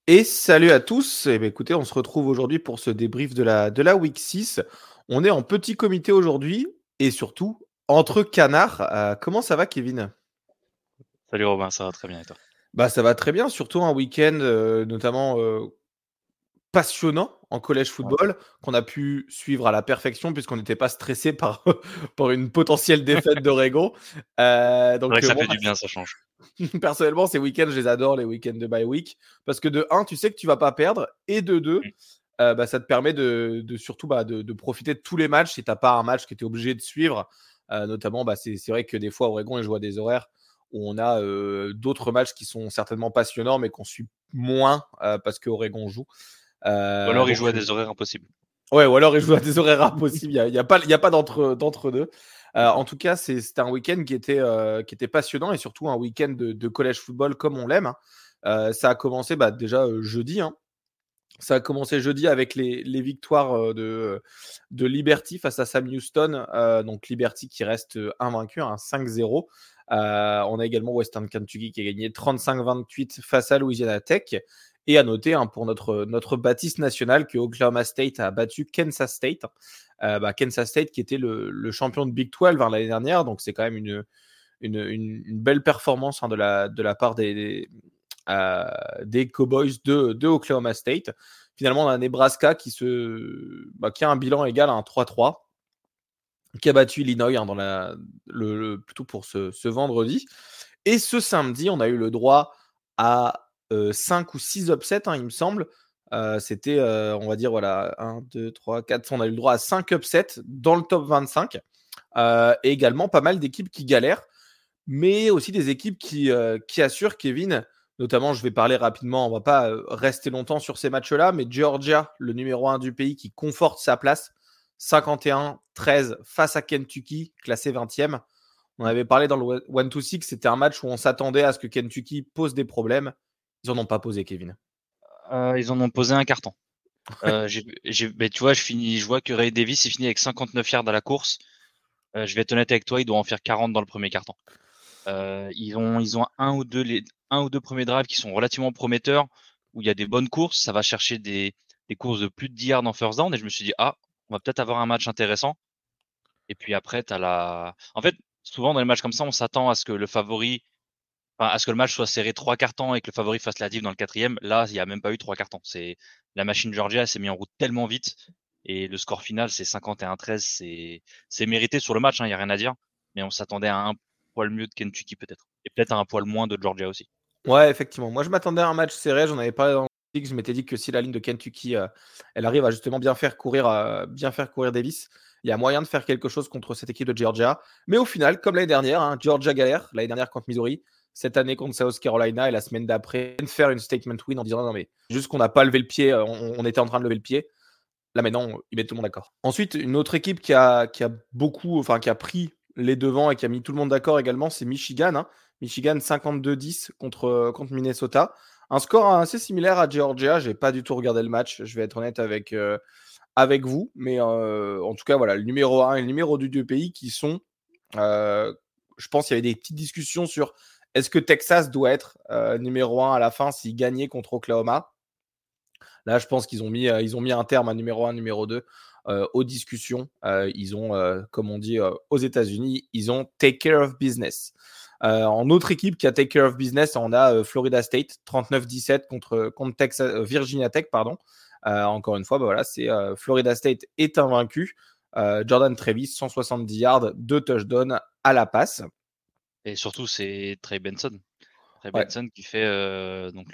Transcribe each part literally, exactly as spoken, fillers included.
Et salut à tous. Eh ben, écoutez, on se retrouve aujourd'hui pour ce débrief de la, de la week six. On est en petit comité aujourd'hui et surtout entre canards. Euh, comment ça va, Kevin? Salut Robin, ça va très bien et toi? Bah, ça va très bien, surtout un week-end euh, notamment euh, passionnant en collège Ouais. football qu'on a pu suivre à la perfection puisqu'on n'était pas stressé par, par une potentielle défaite d'Oregon. Euh, C'est vrai donc que euh, ça moi, fait du bien, ça change. personnellement, ces week-ends, je les adore, les week-ends de bye week, parce que de un, tu sais que tu vas pas perdre, et de deux, Mm. euh, bah, ça te permet de, de surtout bah, de, de profiter de tous les matchs si t'as pas un match que tu es obligé de suivre. Euh, notamment, bah, c'est c'est vrai que des fois, Oregon, ils jouent à des horaires où on a euh, d'autres matchs qui sont certainement passionnants, mais qu'on suit moins euh, parce que Oregon joue. Ou Euh, alors il donc, joue à euh, des horaires impossibles. ouais, ou alors ils jouent à des horaires impossibles. Il n'y a, y a pas, y a pas d'entre, d'entre deux. Euh, en tout cas, c'est- c'était un week-end qui était, euh, qui était passionnant et surtout un week-end de, de college football comme on l'aime, hein. Euh, ça a commencé bah, déjà euh, jeudi, hein. Ça a commencé jeudi avec les, les victoires euh, de, de Liberty face à Sam Houston. Euh, donc Liberty qui reste euh, invaincu, hein, cinq zéro. Euh, on a également Western Kentucky qui a gagné trente-cinq vingt-huit face à Louisiana Tech. Et à noter hein, pour notre, notre bâtisse nationale que Oklahoma State a battu Kansas State. Euh, bah, Kansas State qui était le, le champion de Big douze hein, l'année dernière. Donc c'est quand même une, une, une, une belle performance hein, de, la, de la part des, des, euh, des Cowboys de, de Oklahoma State. Finalement, on a Nebraska qui, se, bah, qui a un bilan égal à un trois trois, qui a battu Illinois hein, dans la, le, le, plutôt pour ce, ce vendredi. Et ce samedi, on a eu le droit à euh, cinq ou six upsets, hein, il me semble. Euh, C'était, euh, on va dire, voilà, un, deux, trois, quatre. On a eu le droit à cinq upsets dans le top vingt-cinq. Euh, et également pas mal d'équipes qui galèrent, mais aussi des équipes qui, euh, qui assurent, Kevin. Notamment, je vais parler rapidement, on va pas euh, rester longtemps sur ces matchs-là, mais Georgia, le numéro un du pays, qui conforte sa place, cinquante et un treize face à Kentucky, classé vingtième. On avait parlé dans le un deux six, c'était un match où on s'attendait à ce que Kentucky pose des problèmes. Ils en ont pas posé, Kevin. Euh, ils en ont posé un carton. Euh, j'ai, j'ai, ben, tu vois, je finis, je vois que Ray Davis il finit avec cinquante-neuf yards à la course. Euh, je vais être honnête avec toi, il doit en faire quarante dans le premier carton. Euh, ils ont, ils ont un ou deux, les, un ou deux premiers drives qui sont relativement prometteurs, où il y a des bonnes courses. Ça va chercher des, des courses de plus de dix yards en first down. Et je me suis dit, ah, on va peut-être avoir un match intéressant. Et puis après, t'as la. En fait, souvent dans les matchs comme ça, on s'attend à ce que le favori, enfin, à ce que le match soit serré trois cartons et que le favori fasse la div dans le quatrième. Là, il n'y a même pas eu trois cartons. C'est la machine Georgia, elle s'est mise en route tellement vite et le score final, c'est cinquante et un treize. C'est c'est mérité sur le match, il hein, n'y a rien à dire. Mais on s'attendait à un poil mieux de Kentucky peut-être et peut-être à un poil moins de Georgia aussi. Ouais, effectivement. Moi, je m'attendais à un match serré. J'en avais parlé dans le six. Je m'étais dit que si la ligne de Kentucky, euh, elle arrive à justement bien faire courir, euh, bien faire courir Davis, il y a moyen de faire quelque chose contre cette équipe de Georgia. Mais au final, comme l'année dernière, hein, Georgia galère. L'année dernière contre Missouri, cette année contre South Carolina et la semaine d'après, faire une statement win en disant non mais juste qu'on n'a pas levé le pied, euh, on, on était en train de lever le pied. Là maintenant, ils mettent tout le monde d'accord. Ensuite, une autre équipe qui a, qui a beaucoup, enfin qui a pris les devants et qui a mis tout le monde d'accord également, c'est Michigan, hein. Michigan cinquante-deux dix contre, contre Minnesota. Un score assez similaire à Georgia. J'ai pas du tout regardé le match, je vais être honnête avec, euh, avec vous. Mais euh, en tout cas, voilà, le numéro un et le numéro deux du pays qui sont. Euh, je pense qu'il y avait des petites discussions sur est-ce que Texas doit être euh, numéro un à la fin s'il gagnait contre Oklahoma. Là, je pense qu'ils ont mis, euh, ils ont mis un terme à numéro un, numéro deux euh, aux discussions. Euh, ils ont, euh, comme on dit euh, aux États-Unis, ils ont take care of business. Euh, en autre équipe qui a take care of business, on a euh, Florida State, trente-neuf dix-sept contre, contre Texas, euh, Virginia Tech, pardon. Euh, encore une fois, bah voilà, c'est euh, Florida State est invaincu. Euh, Jordan Travis, cent soixante-dix yards, deux touchdowns à la passe. Et surtout, c'est Trey Benson. Trey Ouais. Benson qui fait euh, donc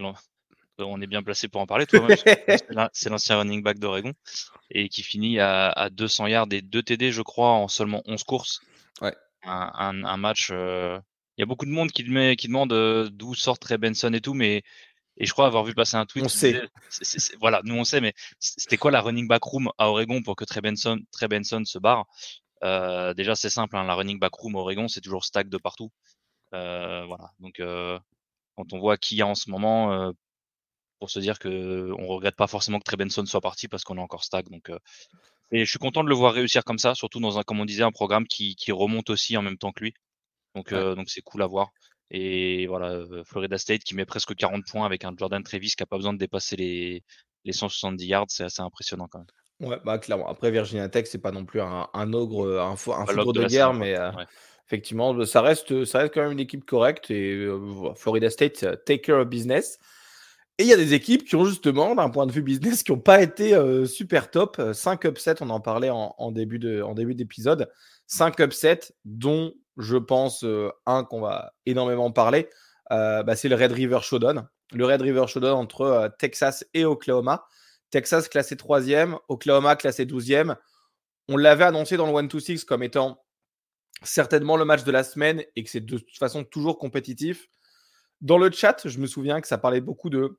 on est bien placé pour en parler toi-même parce que c'est l'an- c'est l'ancien running back d'Oregon et qui finit à, à deux cents yards et deux T D je crois en seulement onze courses. Ouais. Un, un, un match. euh, Il y a beaucoup de monde qui, met, qui demande euh, d'où sort Trey Benson et tout, mais et je crois avoir vu passer un tweet On qui disait, sait. c'est- c'est- c'est- voilà, nous on sait, mais c'était quoi la running back room à Oregon pour que Trey Benson, Trey Benson se barre? Euh, déjà c'est simple, hein, la running back room à Oregon c'est toujours stack de partout. Euh, voilà, donc euh, quand on voit qui y a en ce moment, euh, pour se dire que on regrette pas forcément que Trey Benson soit parti parce qu'on est encore stack. Donc, euh, et je suis content de le voir réussir comme ça, surtout dans un, comme on disait, un programme qui, qui remonte aussi en même temps que lui. Donc, Ouais. euh, donc c'est cool à voir. Et voilà, Florida State qui met presque quarante points avec un Jordan Travis qui n'a pas besoin de dépasser les, les cent soixante-dix yards, c'est assez impressionnant quand même. Ouais, bah clairement. Après, Virginia Tech, c'est pas non plus un, un ogre, un, fou- un Pas l'ogre foudre de de la saison, guerre, quoi. mais euh, Ouais. effectivement, ça reste, ça reste quand même une équipe correcte. Et euh, Florida State, euh, take care of business. Et il y a des équipes qui ont justement, d'un point de vue business, qui n'ont pas été euh, super top. cinq upsets, on en parlait en, en début de, en début d'épisode. cinq upsets, dont je pense euh, un qu'on va énormément parler. Euh, bah, c'est le Red River Showdown. Le Red River Showdown entre euh, Texas et Oklahoma. Texas classé troisième, Oklahoma classé douzième. On l'avait annoncé dans le one to six comme étant certainement le match de la semaine et que c'est de toute façon toujours compétitif. Dans le chat, je me souviens que ça parlait beaucoup de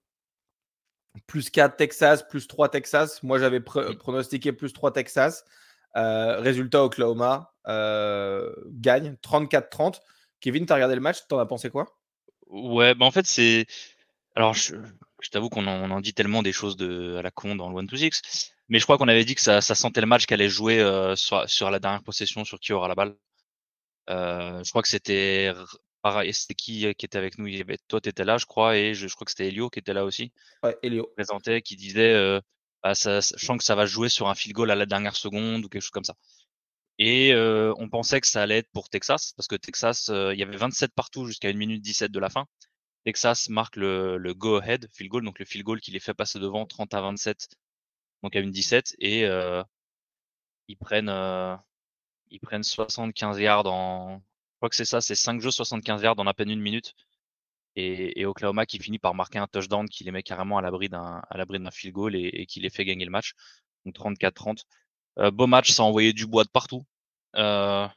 plus quatre Texas, plus trois Texas. Moi, j'avais pr- pronostiqué plus trois Texas. Euh, résultat, Oklahoma euh, gagne trente-quatre trente. Kevin, tu as regardé le match, t'en as pensé quoi? Ouais, bah en fait, c'est. Alors, je, je t'avoue qu'on en, on en dit tellement des choses de, à la con dans le one to six, mais je crois qu'on avait dit que ça, ça sentait le match qu'elle allait jouer euh, sur, sur la dernière possession, sur qui aura la balle. Euh, je crois que c'était. Pareil, c'était qui euh, qui était avec nous? Il y avait, toi, tu étais là, je crois, et je, je crois que c'était Elio qui était là aussi. Ouais, Elio. Présentait, qui disait euh, bah, ça, ça- je sens que ça va jouer sur un field goal à la dernière seconde ou quelque chose comme ça. Et euh, on pensait que ça allait être pour Texas, parce que Texas, euh, il y avait vingt-sept partout jusqu'à une minute dix-sept de la fin. Texas marque le, le go-ahead field goal, donc le field goal qui les fait passer devant trente à vingt-sept, donc à une dix-sept, et euh, ils prennent euh, ils prennent soixante-quinze yards en, je crois que c'est ça, c'est cinq jeux, soixante-quinze yards en à peine une minute, et, et Oklahoma qui finit par marquer un touchdown qui les met carrément à l'abri d'un à l'abri d'un field goal et, et qui les fait gagner le match, donc trente-quatre trente. Euh, beau match, ça a envoyé du bois de partout. Euh,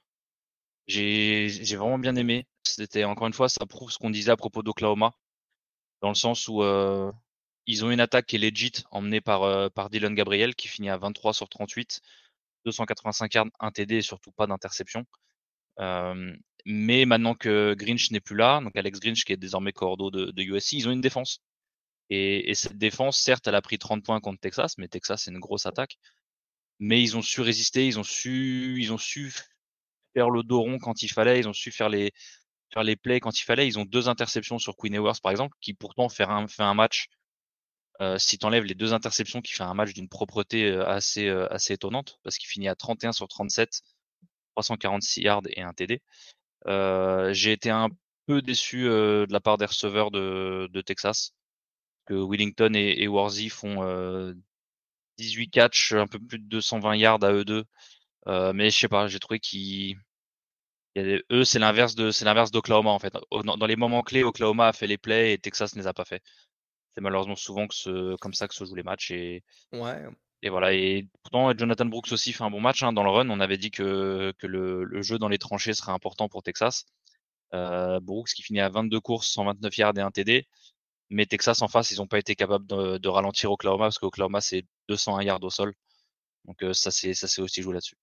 j'ai j'ai vraiment bien aimé. C'était encore une fois, ça prouve ce qu'on disait à propos d'Oklahoma, dans le sens où euh, ils ont une attaque qui est legit, emmenée par, euh, par Dylan Gabriel, qui finit à vingt-trois sur trente-huit, deux cent quatre-vingt-cinq yards, un T D et surtout pas d'interception. Euh, mais maintenant que Grinch n'est plus là, donc Alex Grinch qui est désormais cordeau de, de U S C, ils ont une défense. Et, et cette défense, certes, elle a pris trente points contre Texas, mais Texas, c'est une grosse attaque. Mais ils ont su résister, ils ont su, ils ont su faire le dos rond quand il fallait, ils ont su faire les, faire les plays quand il fallait. Ils ont deux interceptions sur Queen Ewers, par exemple, qui pourtant fait un, fait un match. Euh, si tu enlèves les deux interceptions, qui fait un match d'une propreté euh, assez, euh, assez étonnante, parce qu'il finit à trente et un sur trente-sept, trois cent quarante-six yards et un T D. Euh, j'ai été un peu déçu euh, de la part des receveurs de, de Texas, que Willington et, et Worthy font euh, dix-huit catchs, un peu plus de deux cent vingt yards à eux deux. Euh, mais je sais pas, j'ai trouvé qu'ils, il y a des- eux, c'est l'inverse de, c'est l'inverse d'Oklahoma en fait. Au- Dans, dans les moments clés, Oklahoma a fait les plays et Texas ne les a pas fait. C'est malheureusement souvent que ce, comme ça que se jouent les matchs et, Ouais. et voilà. Et pourtant, Jonathan Brooks aussi fait un bon match hein, dans le run. On avait dit que, que le, le jeu dans les tranchées serait important pour Texas. Euh, Brooks qui finit à vingt-deux courses, cent vingt-neuf yards et un T D. Mais Texas en face, ils n'ont pas été capables de, de ralentir Oklahoma parce qu'Oklahoma c'est deux cent un yards au sol. Donc euh, ça c'est ça c'est aussi joué là-dessus.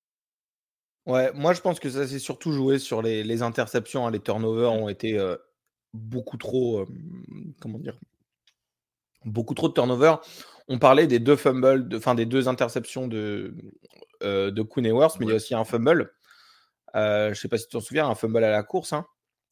Ouais, moi je pense que ça s'est surtout joué sur les, les interceptions, hein. Les turnovers Mm. ont été euh, beaucoup trop, euh, comment dire, beaucoup trop de turnovers. On parlait des deux fumbles, enfin des deux interceptions de, euh, de Kuhn Ewers, mais il y a Ouais. aussi un fumble. Euh, je ne sais pas si tu t'en souviens, un fumble à la course. Hein.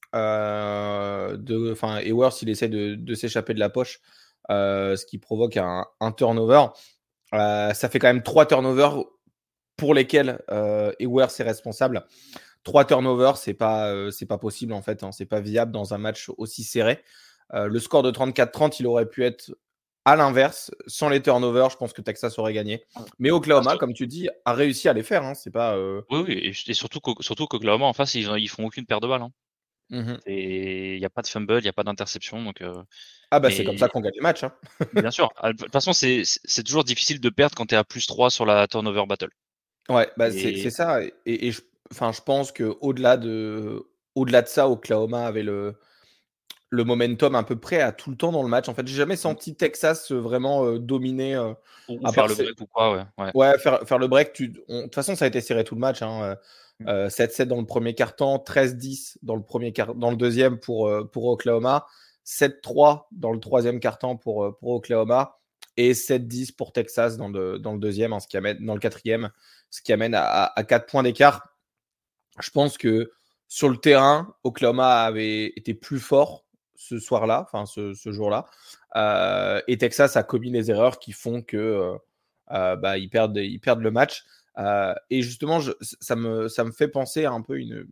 Euh, de, enfin, Ewers, il essaie de, de s'échapper de la poche, euh, ce qui provoque un, un turnover. Euh, ça fait quand même trois turnovers pour lesquels euh, Ewers est responsable. Trois turnovers, c'est pas, euh, c'est pas possible en fait. Hein. C'est pas viable dans un match aussi serré. Euh, le score de trente-quatre trente, il aurait pu être à l'inverse. Sans les turnovers, je pense que Texas aurait gagné. Mais Ah, Oklahoma, sur- comme tu dis, a réussi à les faire. Hein. C'est pas. Euh... Oui, oui, et, et surtout qu'au- surtout qu'Oklahoma en face, ils, ils font aucune paire de balles. Hein. Mm-hmm. Et il n'y a pas de fumble, il n'y a pas d'interception. Donc, euh, Ah bah c'est comme ça mais qu'on gagne les matchs. Hein. bien sûr, à- de toute façon, c'est c'est toujours difficile de perdre quand tu es à plus trois sur la turnover battle. Ouais, bah c'est, c'est Et ça. Et, et je, enfin, je pense que au-delà de, au-delà de ça, Oklahoma avait le, le momentum à peu près à tout le temps dans le match. En fait, j'ai jamais senti Texas euh, vraiment euh, dominer. Euh, ou, ou à faire part le c'est- break ou quoi, ouais. Ouais. ouais, faire, faire le break. Tu, on- de toute façon, ça a été serré tout le match. Hein. Euh, sept sept dans le premier quart-temps, treize dix dans le premier quart, dans le deuxième pour euh, pour Oklahoma, sept trois dans le troisième quart-temps pour euh, pour Oklahoma et sept dix pour Texas dans le dans le deuxième, hein, ce qui amène dans le quatrième, ce qui amène à, à quatre points d'écart. Je pense que sur le terrain, Oklahoma avait été plus fort ce soir-là, enfin ce, ce jour-là. Euh, et Texas a commis les erreurs qui font que euh, euh, bah, ils, perdent, ils perdent le match. Euh, et justement, je, ça, me, ça me fait penser un peu une,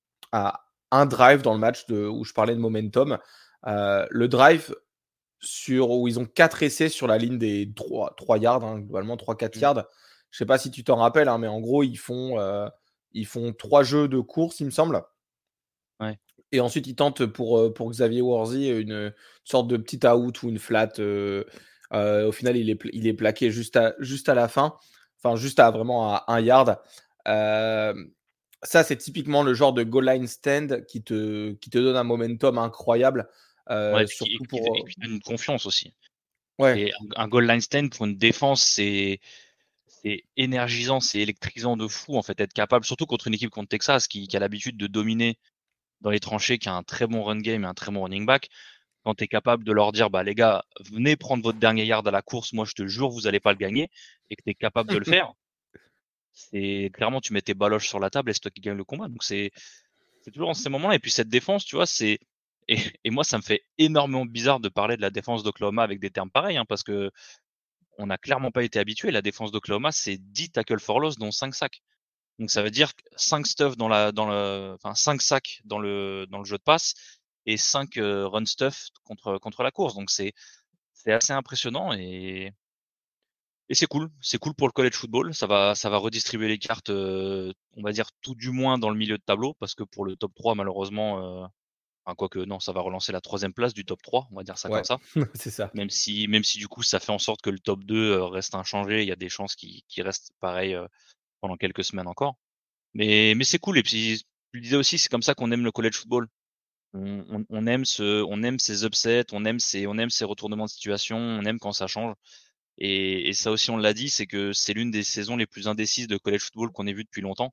à un drive dans le match de, où je parlais de momentum. Euh, le drive sur, où ils ont quatre essais sur la ligne des trois, trois yards, hein, globalement trois quatre Mmh. yards. Je sais pas si tu t'en rappelles, hein, mais en gros, ils font, euh, ils font trois jeux de course, il me semble. Ouais. Et ensuite, ils tentent pour, euh, pour Xavier Worthy une sorte de petit out ou une flat. Euh, euh, au final, il est, il est plaqué juste à, juste à la fin. Enfin, juste à vraiment à un yard. Euh, ça, c'est typiquement le genre de goal line stand qui te, qui te donne un momentum incroyable. Ouais, Euh, et puis qui et surtout qui et pour. qui donne une confiance aussi. Ouais. Et un un goal line stand pour une défense, c'est c'est énergisant, c'est électrisant de fou en fait, être capable, surtout contre une équipe contre Texas qui, qui a l'habitude de dominer dans les tranchées, qui a un très bon run game et un très bon running back. Quand tu es capable de leur dire, bah les gars, venez prendre votre dernier yard à la course, moi je te jure, vous allez pas le gagner, et que tu es capable de le faire, c'est clairement tu mets tes baloches sur la table et c'est toi qui gagne le combat. Donc c'est c'est toujours en ces moments-là. Et puis cette défense, tu vois, c'est et, et moi ça me fait énormément bizarre de parler de la défense d'Oklahoma avec des termes pareils, hein, parce que on n'a clairement pas été habitué. La défense d'Oklahoma, c'est dix tackles for loss, dont cinq sacs. Donc ça veut dire cinq stuff dans la dans le enfin cinq sacs dans le dans le jeu de passe et cinq euh, run stuff contre contre la course. Donc c'est c'est assez impressionnant et et c'est cool. C'est cool pour le college football. Ça va ça va redistribuer les cartes, euh, on va dire tout du moins dans le milieu de tableau parce que pour le top trois malheureusement, euh, enfin quoique non, ça va relancer la troisième place du top trois, on va dire ça comme Ouais, ça. c'est ça. Même si même si du coup ça fait en sorte que le top deux euh, reste inchangé, il y a des chances qu'il qu'il reste pareil euh, pendant quelques semaines encore. Mais, mais c'est cool. Et puis, je le disais aussi, c'est comme ça qu'on aime le college football. On, on, on aime ce, on aime ces upsets, on aime ces, on aime ces retournements de situation, on aime quand ça change. Et, et ça aussi, on l'a dit, c'est que c'est l'une des saisons les plus indécises de college football qu'on ait vu depuis longtemps.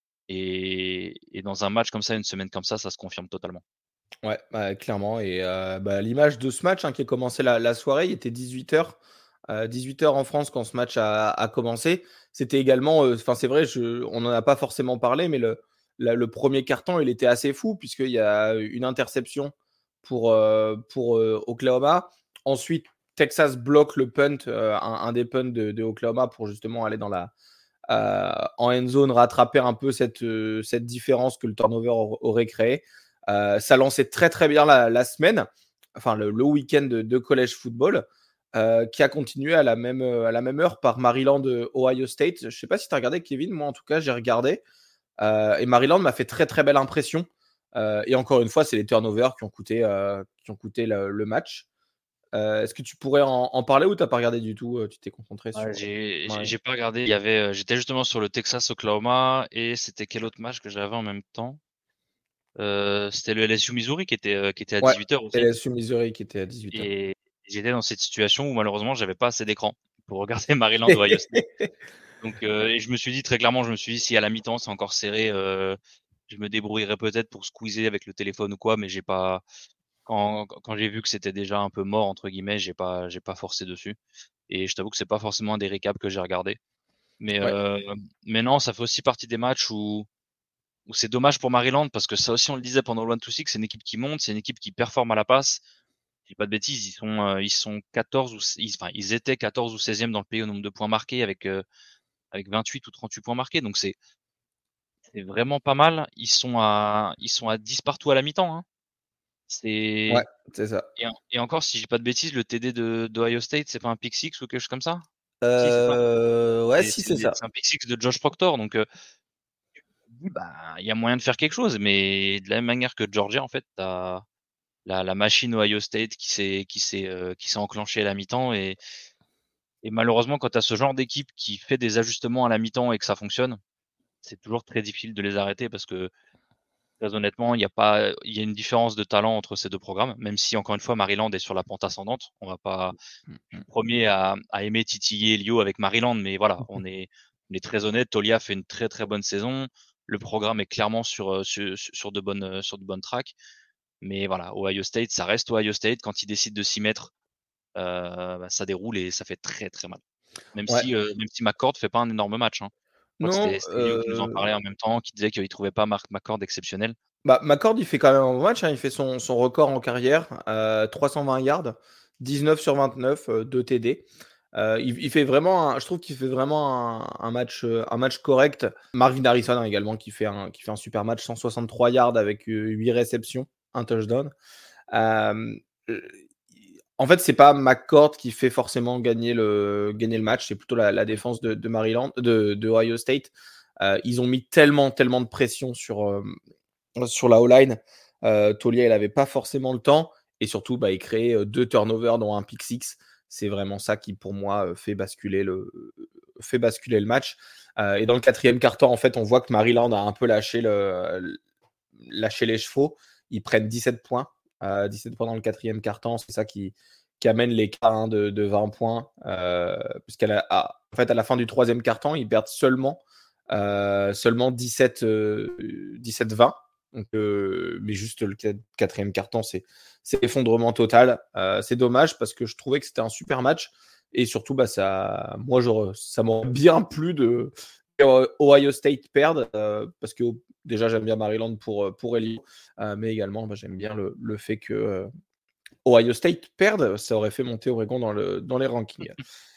Et, et dans un match comme ça, une semaine comme ça, ça se confirme totalement. Ouais, bah, clairement. Et euh, bah, l'image de ce match hein, qui a commencé la, la soirée, il était dix-huit heures. Euh, dix-huit heures en France quand ce match a, a commencé. C'était également, euh, enfin c'est vrai, je, on n'en a pas forcément parlé, mais le, la- le premier carton, il était assez fou puisqu'il y a une interception pour, euh, pour euh, Oklahoma. Ensuite, Texas bloque le punt, euh, un, un des punts de, de Oklahoma pour justement aller dans la, euh, en end zone, rattraper un peu cette, euh, cette différence que le turnover aurait créé. Euh, ça lançait très très bien la, la semaine, enfin le, le week-end de, de college football, euh, qui a continué à la même, à la même heure par Maryland Ohio State. Je ne sais pas si tu as regardé, Kevin, moi en tout cas j'ai regardé. Euh, et Maryland m'a fait très très belle impression. Euh, et encore une fois, c'est les turnovers qui ont coûté, euh, qui ont coûté le, le match. Euh, Est-ce que tu pourrais en, en parler ou tu n'as pas regardé du tout? Tu t'es concentré Ouais, sur. j'ai, j'ai Ouais. j'ai pas regardé. Il y avait, euh, j'étais justement sur le Texas Oklahoma et c'était quel autre match que j'avais en même temps? Euh, c'était le L S U Missouri qui était, euh, qui était à Ouais, dix-huit heures aussi. L S U Missouri qui était à dix-huit heures. Et j'étais dans cette situation où malheureusement j'avais pas assez d'écran pour regarder Maryland Ohio State. Donc euh, et je me suis dit très clairement, je me suis dit si à la mi-temps c'est encore serré, euh, je me débrouillerais peut-être pour squeezer avec le téléphone ou quoi, mais j'ai pas quand quand j'ai vu que c'était déjà un peu mort entre guillemets, j'ai pas j'ai pas forcé dessus. Et je t'avoue que c'est pas forcément un des récaps que j'ai regardé. Mais Ouais, euh, mais non, ça fait aussi partie des matchs où où c'est dommage pour Maryland parce que ça aussi on le disait pendant le one to six, c'est une équipe qui monte, c'est une équipe qui performe à la passe. Je dis pas de bêtises, ils sont, euh, ils sont quatorze ou, ils, enfin, ils étaient quatorze ou seizième dans le pays au nombre de points marqués avec, euh, avec vingt-huit ou trente-huit points marqués. Donc c'est, c'est vraiment pas mal. Ils sont à, ils sont à dix partout à la mi-temps, hein. ouais, C'est, c'est ça. et, et encore, si je dis pas de bêtises, le T D de, d'Ohio State, c'est pas un pick six ou quelque chose comme ça? Si, c'est ça. Euh, ouais, C'est, si, c'est, c'est ça. c'est un pick six de Josh Proctor. Donc, euh, bah, il y a moyen de faire quelque chose. Mais de la même manière que Georgia, en fait, t'as la, la machine Ohio State qui s'est, qui s'est, euh, qui s'est enclenchée à la mi-temps et, Et malheureusement, quand tu as ce genre d'équipe qui fait des ajustements à la mi-temps et que ça fonctionne, c'est toujours très difficile de les arrêter parce que très honnêtement, il y a pas, il y a une différence de talent entre ces deux programmes. Même si encore une fois, Maryland est sur la pente ascendante, on va pas, Mmh je suis mh. le premier à, à aimer titiller Elio avec Maryland, mais voilà, on est, on est très honnête. Tolia fait une très très bonne saison. Le programme est clairement sur euh, sur, sur de bonnes euh, sur de bonnes tracks. Mais voilà, Ohio State, ça reste Ohio State. Quand ils décident de s'y mettre, euh, bah, ça déroule et ça fait très très mal. Même Ouais, si, euh, même si McCord fait pas un énorme match, hein. Je crois que Non, c'était c'était Lio qui nous en parlait heu en même temps, qui disait qu'il ne trouvait pas Mark McCord exceptionnel. Bah, McCord, il fait quand même un bon match, hein. Il fait son son record en carrière, heu, trois cent vingt yards, dix-neuf sur vingt-neuf, heu, deux T D. Heu, il il fait vraiment un je trouve qu'il fait vraiment un un match, heu, un match correct. Marvin Harrison hein, également qui fait un qui fait un super match, cent soixante-trois yards avec, heu, huit réceptions, un touchdown. Hem, heu, i en fait, c'est pas McCord qui fait forcément gagner le gagner le match, c'est plutôt la la défense de de Maryland de de Ohio State. Heu, ils ont mis tellement, tellement de pression sur, hem, sur la O-line. Heu, Taulier, il avait pas forcément le temps et surtout, bah, il créait, heu, deux turnovers dont un pick six. C'est vraiment ça qui, pour moi, heu, fait basculer le fait basculer le match. Heu et dans le quatrième quart-temps, en fait, on voit que Maryland a un peu lâché le l lâché les chevaux. Ils prennent dix-sept points, heu, dix-sept points dans le quatrième quart-temps. C'est ça qui qui amène l'écart, hein, de de vingt points, heu, puisqu'à la à en fait, à la fin du troisième quart-temps, ils perdent seulement, heu, seulement dix-sept, heu, dix-sept vingt. Donc, heu, mais juste le quat quatrième quart-temps, c'est c'est l'effondrement total. Heu, c'est dommage parce que je trouvais que c'était un super match et surtout, bah, ça moi, j'aurais ça m'aurait bien plu de que Ohio State perde, heu, parce que déjà, j'aime bien Maryland pour, heu, pour Elio, heu, mais également, bah, j'aime bien le le fait que, heu, Ohio State perde. Ça aurait fait monter Oregon dans le dans les rankings.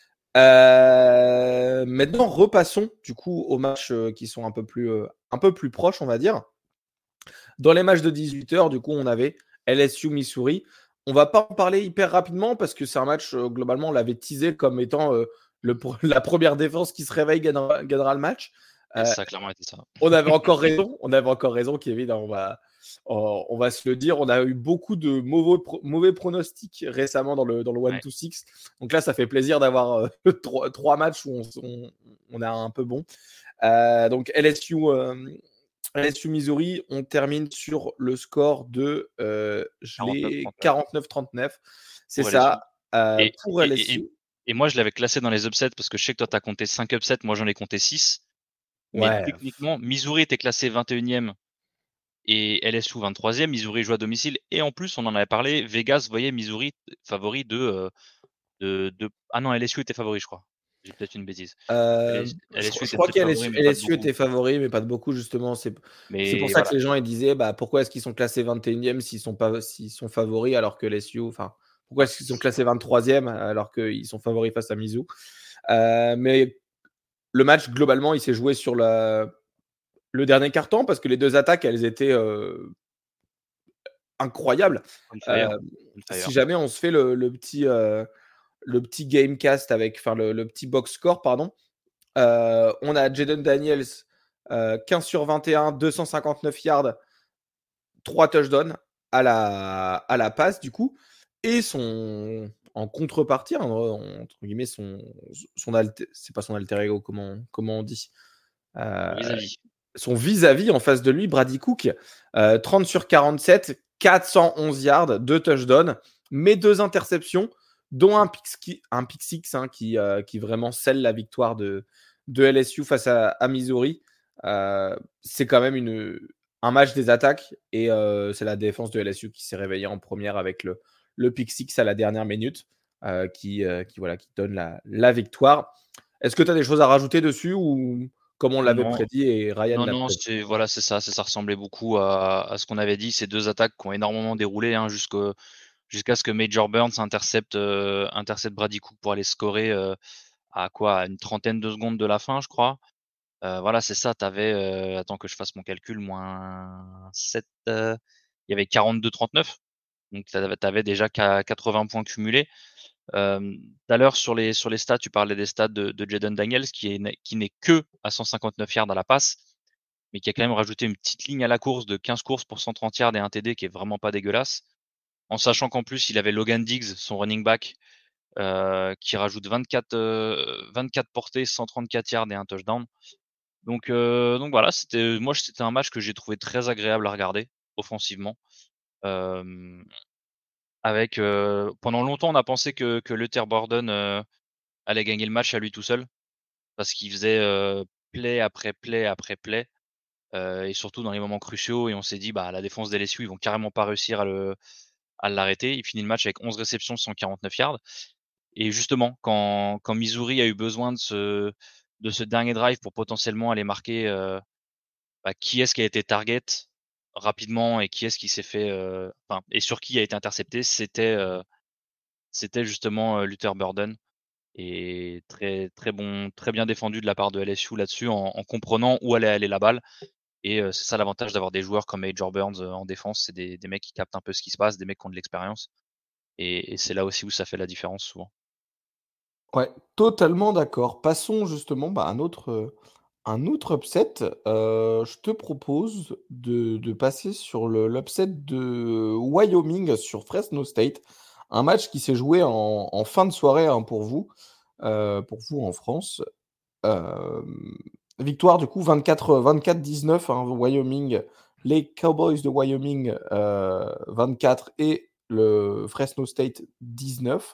Heu, maintenant, repassons du coup aux matchs, heu, qui sont un peu plus, heu, un peu plus proches, on va dire. Dans les matchs de dix-huit heures, du coup, on avait L S U Missouri. On va pas en parler hyper rapidement parce que c'est un match, heu, globalement, on l'avait teasé comme étant, heu, le pre la première défense qui se réveille gagnera gagnera le match. Et Heu, ça a clairement été ça. on avait encore raison, on avait encore raison, Kevin, hein, on va on on va se le dire. On a eu beaucoup de mauvais pro mauvais pronostics récemment dans le dans le one Ouais. to six. Donc là, ça fait plaisir d'avoir, heu, trois trois matchs où on s on on est un peu bon. Heu, donc L S U, hem, L S U Missouri, on termine sur le score de, heu, je quarante-neuf l'ai trente-neuf quarante-neuf trente-neuf. C'est pour L S U. ça, heu, Et, pour et, et, L S U. et moi, je l'avais classé dans les upsets parce que je sais que toi, tu as compté cinq upsets, moi j'en ai compté six. Mais Ouais. techniquement, Missouri était classé vingt et unième et L S U vingt-troisième. Missouri joue à domicile. Et en plus, on en avait parlé, Vegas voyait Missouri favori de, euh, de, de... Ah non, L S U était favori, je crois. J'ai peut-être une bêtise. Hem, LS je crois L S U je était crois peut-être favori, qu'LSU mais pas de L S U beaucoup. était favori, mais pas de beaucoup justement. C'est c'est pour Mais ça que voilà. les gens ils disaient: «Bah, pourquoi est-ce qu'ils sont classés vingt et unième s'ils sont pas s'ils sont favoris alors que L S U enfin, pourquoi est-ce qu'ils sont classés vingt-troisième alors qu'ils sont favoris face à Mizzou?» Heu, mais le match globalement, il s'est joué sur la le dernier quart-temps parce que les deux attaques, elles étaient, heu, incroyables. On fire. Heu, On si fire. jamais on se fait le le petit, heu, le petit gamecast avec enfin le le petit box score pardon. Heu, on a Jayden Daniels, heu, quinze sur vingt et un, deux cent cinquante-neuf yards, trois touchdowns à la à la passe du coup et son en contrepartie, en entre guillemets, son son alter c'est pas son alter ego, comment comment on dit? Heu, Vis-à-vis. son vis-à-vis en face de lui, Brady Cook, heu, trente sur quarante-sept, quatre cent onze yards, deux touchdowns, mais deux interceptions, dont un pick ski un pick six, hein, qui, heu, qui vraiment scelle la victoire de de L S U face à à Missouri. Heu, c'est quand même une, un match des attaques et heu, c'est la défense de L S U qui s'est réveillée en première avec le le pick six à la dernière minute, heu, qui, heu, qui voilà, qui donne la la victoire. Est-ce que tu as des choses à rajouter dessus ou comme on l'avait Non, prédit et Ryan non, l'a non, prédit? c'est voilà, c'est ça, ça, ça ressemblait beaucoup à, à ce qu'on avait dit. Ces deux attaques qui ont énormément déroulé hein, jusqu'au- jusqu'à ce que Major Burns intercepte, euh, intercepte Brady Cook pour aller scorer euh, à quoi? À une trentaine de secondes de la fin, je crois. Euh, voilà, c'est ça. T'avais, euh, attends que je fasse mon calcul, moins sept. euh, il y avait quarante-deux trente-neuf. Donc t'avais avais déjà qu'à quatre-vingts points cumulés. Euh, Tout à l'heure sur les sur les stats, tu parlais des stats de, de Jaden Daniels qui est qui n'est que à cent cinquante-neuf yards à la passe, mais qui a quand même rajouté une petite ligne à la course de quinze courses pour cent trente yards et un T D qui est vraiment pas dégueulasse. En sachant qu'en plus il avait Logan Diggs, son running back, euh, qui rajoute vingt-quatre, euh, vingt-quatre portées, cent trente-quatre yards et un touchdown. Donc euh, donc voilà, c'était moi c'était un match que j'ai trouvé très agréable à regarder offensivement. Euh, avec euh, pendant longtemps on a pensé que que Luther Borden euh, allait gagner le match à lui tout seul parce qu'il faisait euh, play après play après play euh, et surtout dans les moments cruciaux et on s'est dit bah la défense des L S U ils vont carrément pas réussir à le à l'arrêter. Il finit le match avec onze réceptions, cent quarante-neuf yards et justement quand quand Missouri a eu besoin de se de ce dernier drive pour potentiellement aller marquer euh, bah, qui est-ce qui a été target rapidement et qui est-ce qui s'est fait, euh, enfin, et sur qui a été intercepté, c'était euh, c'était justement euh, Luther Burden. Et très très bon, très bien défendu de la part de L S U là-dessus en, en comprenant où allait aller la balle. Et euh, c'est ça l'avantage d'avoir des joueurs comme Major Burns euh, en défense, c'est des, des mecs qui captent un peu ce qui se passe, des mecs qui ont de l'expérience. Et, et c'est là aussi où ça fait la différence souvent. Ouais, totalement d'accord. Passons justement bah, à un autre, euh, un autre upset. Euh, je te propose de, de passer sur le- l'upset de Wyoming sur Fresno State. Un match qui s'est joué en, en fin de soirée hein, pour vous, euh, pour vous en France. Euh, Victoire du coup vingt-quatre vingt-quatre dix-neuf, hein, Wyoming, les Cowboys de Wyoming euh, vingt-quatre et le Fresno State dix-neuf,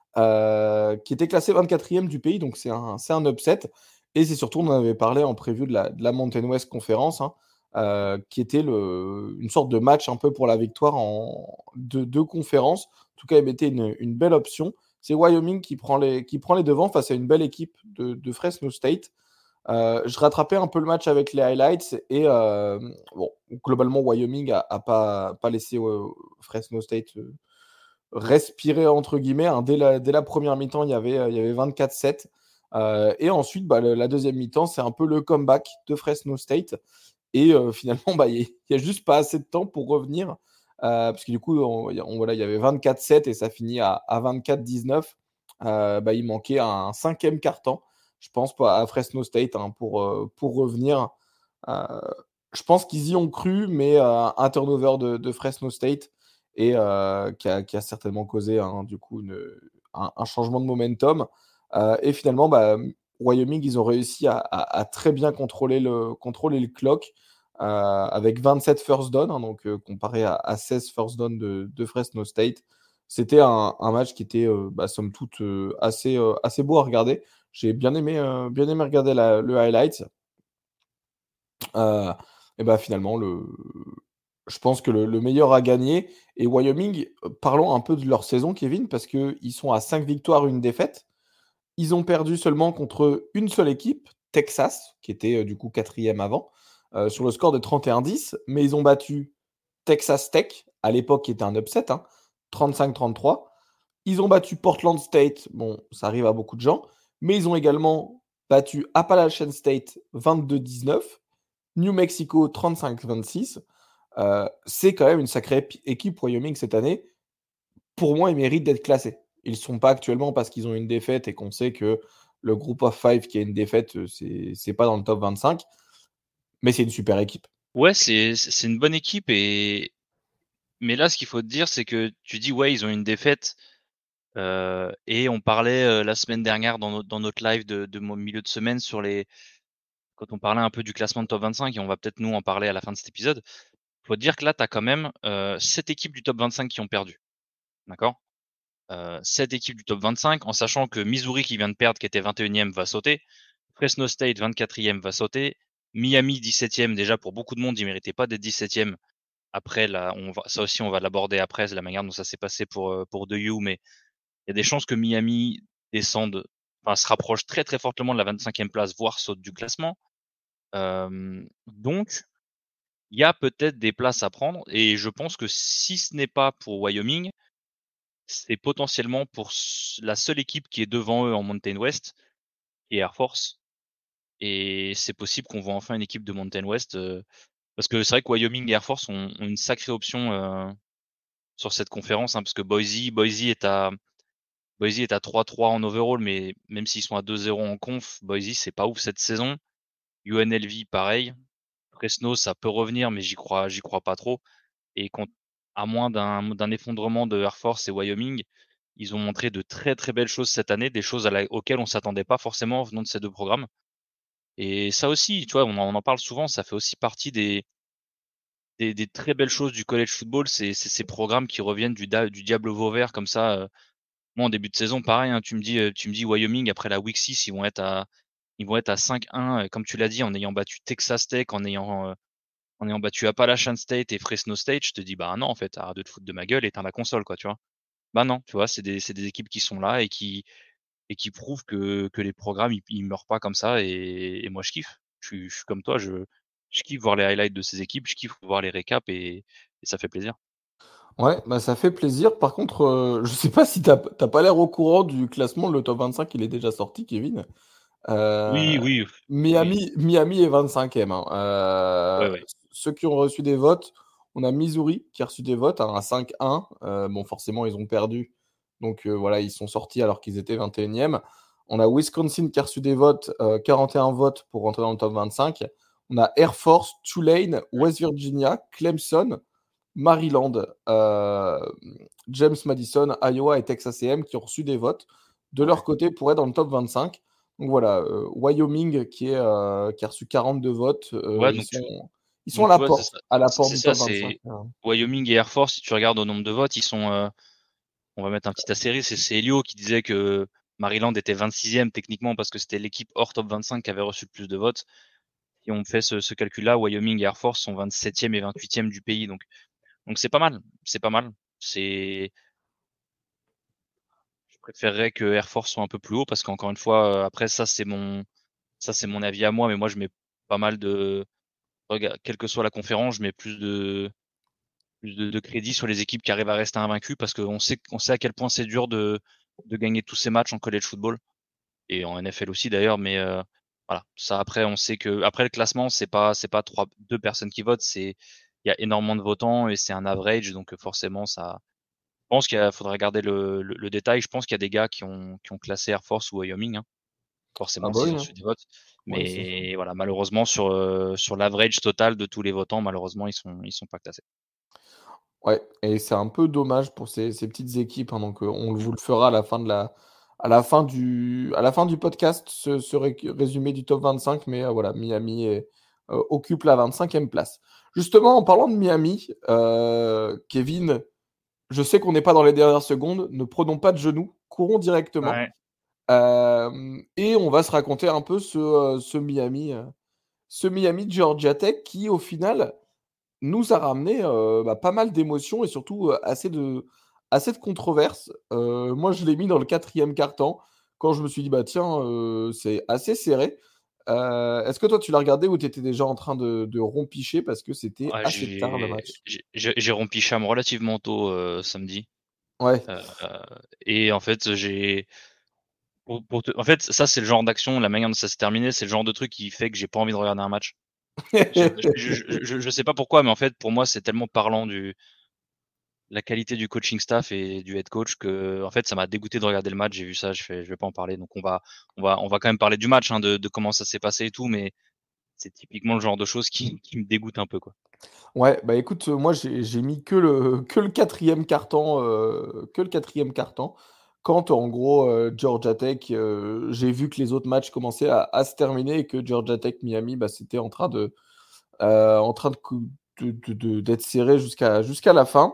euh, qui était classé vingt-quatrième du pays, donc c'est un, c'est un upset. Et c'est surtout, on en avait parlé en preview de la, de la Mountain West Conference, hein, euh, qui était le, une sorte de match un peu pour la victoire en deux de conférences. En tout cas, il mettait une, une belle option. C'est Wyoming qui prend, les, qui prend les devants face à une belle équipe de, de Fresno State. Euh, je rattrapais un peu le match avec les highlights et euh, bon, globalement, Wyoming a, a pas, pas laissé euh, Fresno State euh, respirer entre guillemets. Hein. Dès, la, dès la première mi-temps, il y avait, il y avait vingt-quatre sept. Euh, et ensuite, bah, le- la deuxième mi-temps, c'est un peu le comeback de Fresno State. Et euh, finalement, bah, il n'y a juste pas assez de temps pour revenir. Euh, parce que du coup, on, on- voilà, il y avait vingt-quatre sept et ça finit à, à vingt-quatre dix-neuf. Euh, bah, il manquait un cinquième quart-temps, je pense, pas à Fresno State hein, pour, euh, pour revenir. Euh, je pense qu'ils y ont cru, mais euh, un turnover de, de Fresno State et euh, qui, a, qui a certainement causé hein, du coup une, un, un changement de momentum. Euh, et finalement, bah, Wyoming, ils ont réussi à, à- à très bien contrôler le, contrôler le clock euh, avec vingt-sept first down, hein, donc euh, comparé à, à seize first down de, de Fresno State. C'était un, un match qui était, euh, bah, somme toute, euh, assez, euh, assez beau à regarder. J'ai bien aimé, euh, bien aimé regarder la- le highlight. Euh, et bah finalement, le, je pense que le, le meilleur a gagné. Et Wyoming, euh, parlons un peu de leur saison, Kevin, parce qu'ils sont à cinq victoires, une défaite. Ils ont perdu seulement contre une seule équipe, Texas, qui était euh, du coup quatrième avant, euh, sur le score de trente et un dix, mais ils ont battu Texas Tech, à l'époque qui était un upset, hein, trente-cinq trente-trois. Ils ont battu Portland State, bon, ça arrive à beaucoup de gens, mais ils ont également battu Appalachian State vingt-deux dix-neuf, New Mexico trente-cinq vingt-six. Euh, c'est quand même une sacrée équipe Wyoming cette année. Pour moi, ils méritent d'être classés. Ils ne sont pas actuellement parce qu'ils ont une défaite et qu'on sait que le groupe of five qui a une défaite, euh, c'est c'est pas dans le top vingt-cinq, mais c'est une super équipe. Ouais, c'est c'est une bonne équipe et mais là, ce qu'il faut te dire, c'est que tu dis ouais, ils ont une défaite. Euh, et on parlait euh, la semaine dernière dans notre, dans notre live de, de mo- milieu de semaine sur les quand on parlait un peu du classement de top vingt-cinq et on va peut-être nous en parler à la fin de cet épisode. Faut te dire que là, tu as quand même euh, sept équipes du top vingt-cinq qui ont perdu. D'accord? Euh, sept équipes du top vingt-cinq, en sachant que Missouri qui vient de perdre, qui était vingt et unième, va sauter. Fresno State, vingt-quatrième, va sauter. Miami, dix-septième, déjà pour beaucoup de monde, il méritait pas d'être dix-septième. Après, là, on va, ça aussi, on va l'aborder après, c'est la manière dont ça s'est passé pour, euh, pour deux U, mais il y a des chances que Miami descende, enfin, se rapproche très très fortement de la vingt-cinquième place, voire saute du classement. Euh, donc, il y a peut-être des places à prendre, et je pense que si ce n'est pas pour Wyoming, c'est potentiellement pour la seule équipe qui est devant eux en Mountain West, qui est Air Force. Et c'est possible qu'on voit enfin une équipe de Mountain West, euh, parce que c'est vrai que Wyoming et Air Force ont, ont une sacrée option euh, sur cette conférence, hein, parce que Boise, Boise est à Boise est à trois trois en overall, mais même s'ils sont à deux zéro en conf, Boise c'est pas ouf cette saison. U N L V pareil. Fresno ça peut revenir, mais j'y crois, j'y crois pas trop. Et quand, à moins d'un d'un effondrement de Air Force et Wyoming, ils ont montré de très très belles choses cette année, des choses à la- auxquelles on s'attendait pas forcément venant de ces deux programmes. Et ça aussi, tu vois, on en, on en parle souvent, ça fait aussi partie des, des, des très belles choses du college football, c'est c'est ces programmes qui reviennent du, da- du diable vauvert comme ça. euh, Moi, en début de saison, pareil, hein, tu me dis, euh, tu me dis Wyoming après la week six, ils vont être à, ils vont être à cinq un, euh, comme tu l'as dit, en ayant battu Texas Tech, en ayant, euh, en ayant battu Appalachian State et Fresno State. Je te dis, bah non, en fait, arrête de te foutre de ma gueule, éteins la console, quoi, tu vois. Bah non, tu vois, c'est des, c'est des équipes qui sont là et qui, et qui prouve que, que les programmes ils, ils meurent pas comme ça. Et, et moi je kiffe. Je suis, je suis comme toi, je, je kiffe voir les highlights de ces équipes, je kiffe voir les récaps et, et ça fait plaisir. Ouais, bah ça fait plaisir. Par contre, euh, je sais pas si t'as t'as pas l'air au courant du classement. Le top vingt-cinq, il est déjà sorti, Kevin. Euh, Oui, oui, oui. Miami, Miami est vingt-cinquième, hein. Euh, Ouais, ouais. ceux qui ont reçu des votes, on a Missouri qui a reçu des votes, hein, à cinq un. Euh, bon, forcément, ils ont perdu. Donc euh, voilà, ils sont sortis alors qu'ils étaient vingt et unième. On a Wisconsin qui a reçu des votes, euh, quarante et un votes pour rentrer dans le top vingt-cinq. On a Air Force, Tulane, West Virginia, Clemson, Maryland, euh, James Madison, Iowa et Texas A and M qui ont reçu des votes de leur Ouais. côté pour être dans le top vingt-cinq. Donc voilà, euh, Wyoming qui, est, euh, qui a reçu quarante-deux votes, euh, Ouais, ils donc tu, sont, ils sont à donc tu la vois, c'est porte, ça. à la C'est porte c'est du ça, top vingt-cinq. c'est Hein. Wyoming et Air Force, si tu regardes au nombre de votes, ils sont, euh, on va mettre un petit astérisque, c'est c'est Elio qui disait que Maryland était vingt-sixième techniquement parce que c'était l'équipe hors top vingt-cinq qui avait reçu le plus de votes. Et on fait ce, ce calcul-là, Wyoming et Air Force sont vingt-septième et vingt-huitième du pays. Donc, donc c'est pas mal. C'est pas mal. C'est, je préférerais que Air Force soit un peu plus haut parce qu'encore une fois, euh, après ça c'est mon, ça c'est mon avis à moi, mais moi je mets pas mal de, regarde, quelle que soit la conférence, je mets plus de, plus de, de crédit sur les équipes qui arrivent à rester invaincues parce qu'on sait, on sait à quel point c'est dur de, de gagner tous ces matchs en college football et en N F L aussi d'ailleurs. Mais euh, voilà, ça après on sait que après le classement c'est pas c'est pas trois deux personnes qui votent, c'est il y a énormément de votants et c'est un average donc forcément ça. Je pense qu'il faudrait regarder le, le, le détail. Je pense qu'il y a des gars qui ont qui ont classé Air Force ou Wyoming, hein, Ah forcément bah s'ils oui, ont hein. reçu des votes. Ouais, c'est sûr. Mais voilà, malheureusement sur euh, sur l'average total de tous les votants, malheureusement ils sont ils sont pas classés. Ouais, et c'est un peu dommage pour ces, ces petites équipes, hein, donc euh, on vous le fera à la fin de la, à la fin du, à la fin du podcast, ce, ce ré- résumé du top vingt-cinq, mais euh, voilà, Miami est- euh, occupe la vingt-cinquième place. Justement, en parlant de Miami, euh, Kevin, je sais qu'on n'est pas dans les dernières secondes, ne prenons pas de genoux, courons directement, Ouais. euh, et on va se raconter un peu ce, euh, ce Miami, euh, ce Miami Georgia Tech qui, au final, nous a ramené euh, bah, pas mal d'émotions et surtout euh, assez de, assez de controverses. Euh, moi, je l'ai mis dans le quatrième quart-temps quand je me suis dit, bah tiens, euh, c'est assez serré. Euh, est-ce que toi, tu l'as regardé ou tu étais déjà en train de, de rompicher parce que c'était Ouais, assez tard le j'ai match? j'ai j'ai j'ai rompi Cham relativement tôt euh, samedi. Ouais. Euh, et en fait, j'ai pour, pour te- en fait, ça c'est le genre d'action, la manière dont ça s'est terminé, c'est le genre de truc qui fait que j'ai pas envie de regarder un match. Je, je, je, je, je sais pas pourquoi, mais en fait, pour moi, c'est tellement parlant du la qualité du coaching staff et du head coach que en fait, ça m'a dégoûté de regarder le match. J'ai vu ça, je fais, je vais pas en parler. Donc on va on va on va quand même parler du match, hein, de, de comment ça s'est passé et tout, mais c'est typiquement le genre de choses qui, qui me dégoûte un peu, quoi. Ouais, bah écoute, euh, moi j'ai j'ai mis que le, que le quatrième carton, euh, que le quatrième carton. Quand en gros euh, Georgia Tech, euh, j'ai vu que les autres matchs commençaient à, à se terminer et que Georgia Tech Miami, bah, c'était en train de, euh, en train de, cou- de- de- de- d'être serré jusqu'à jusqu'à la fin.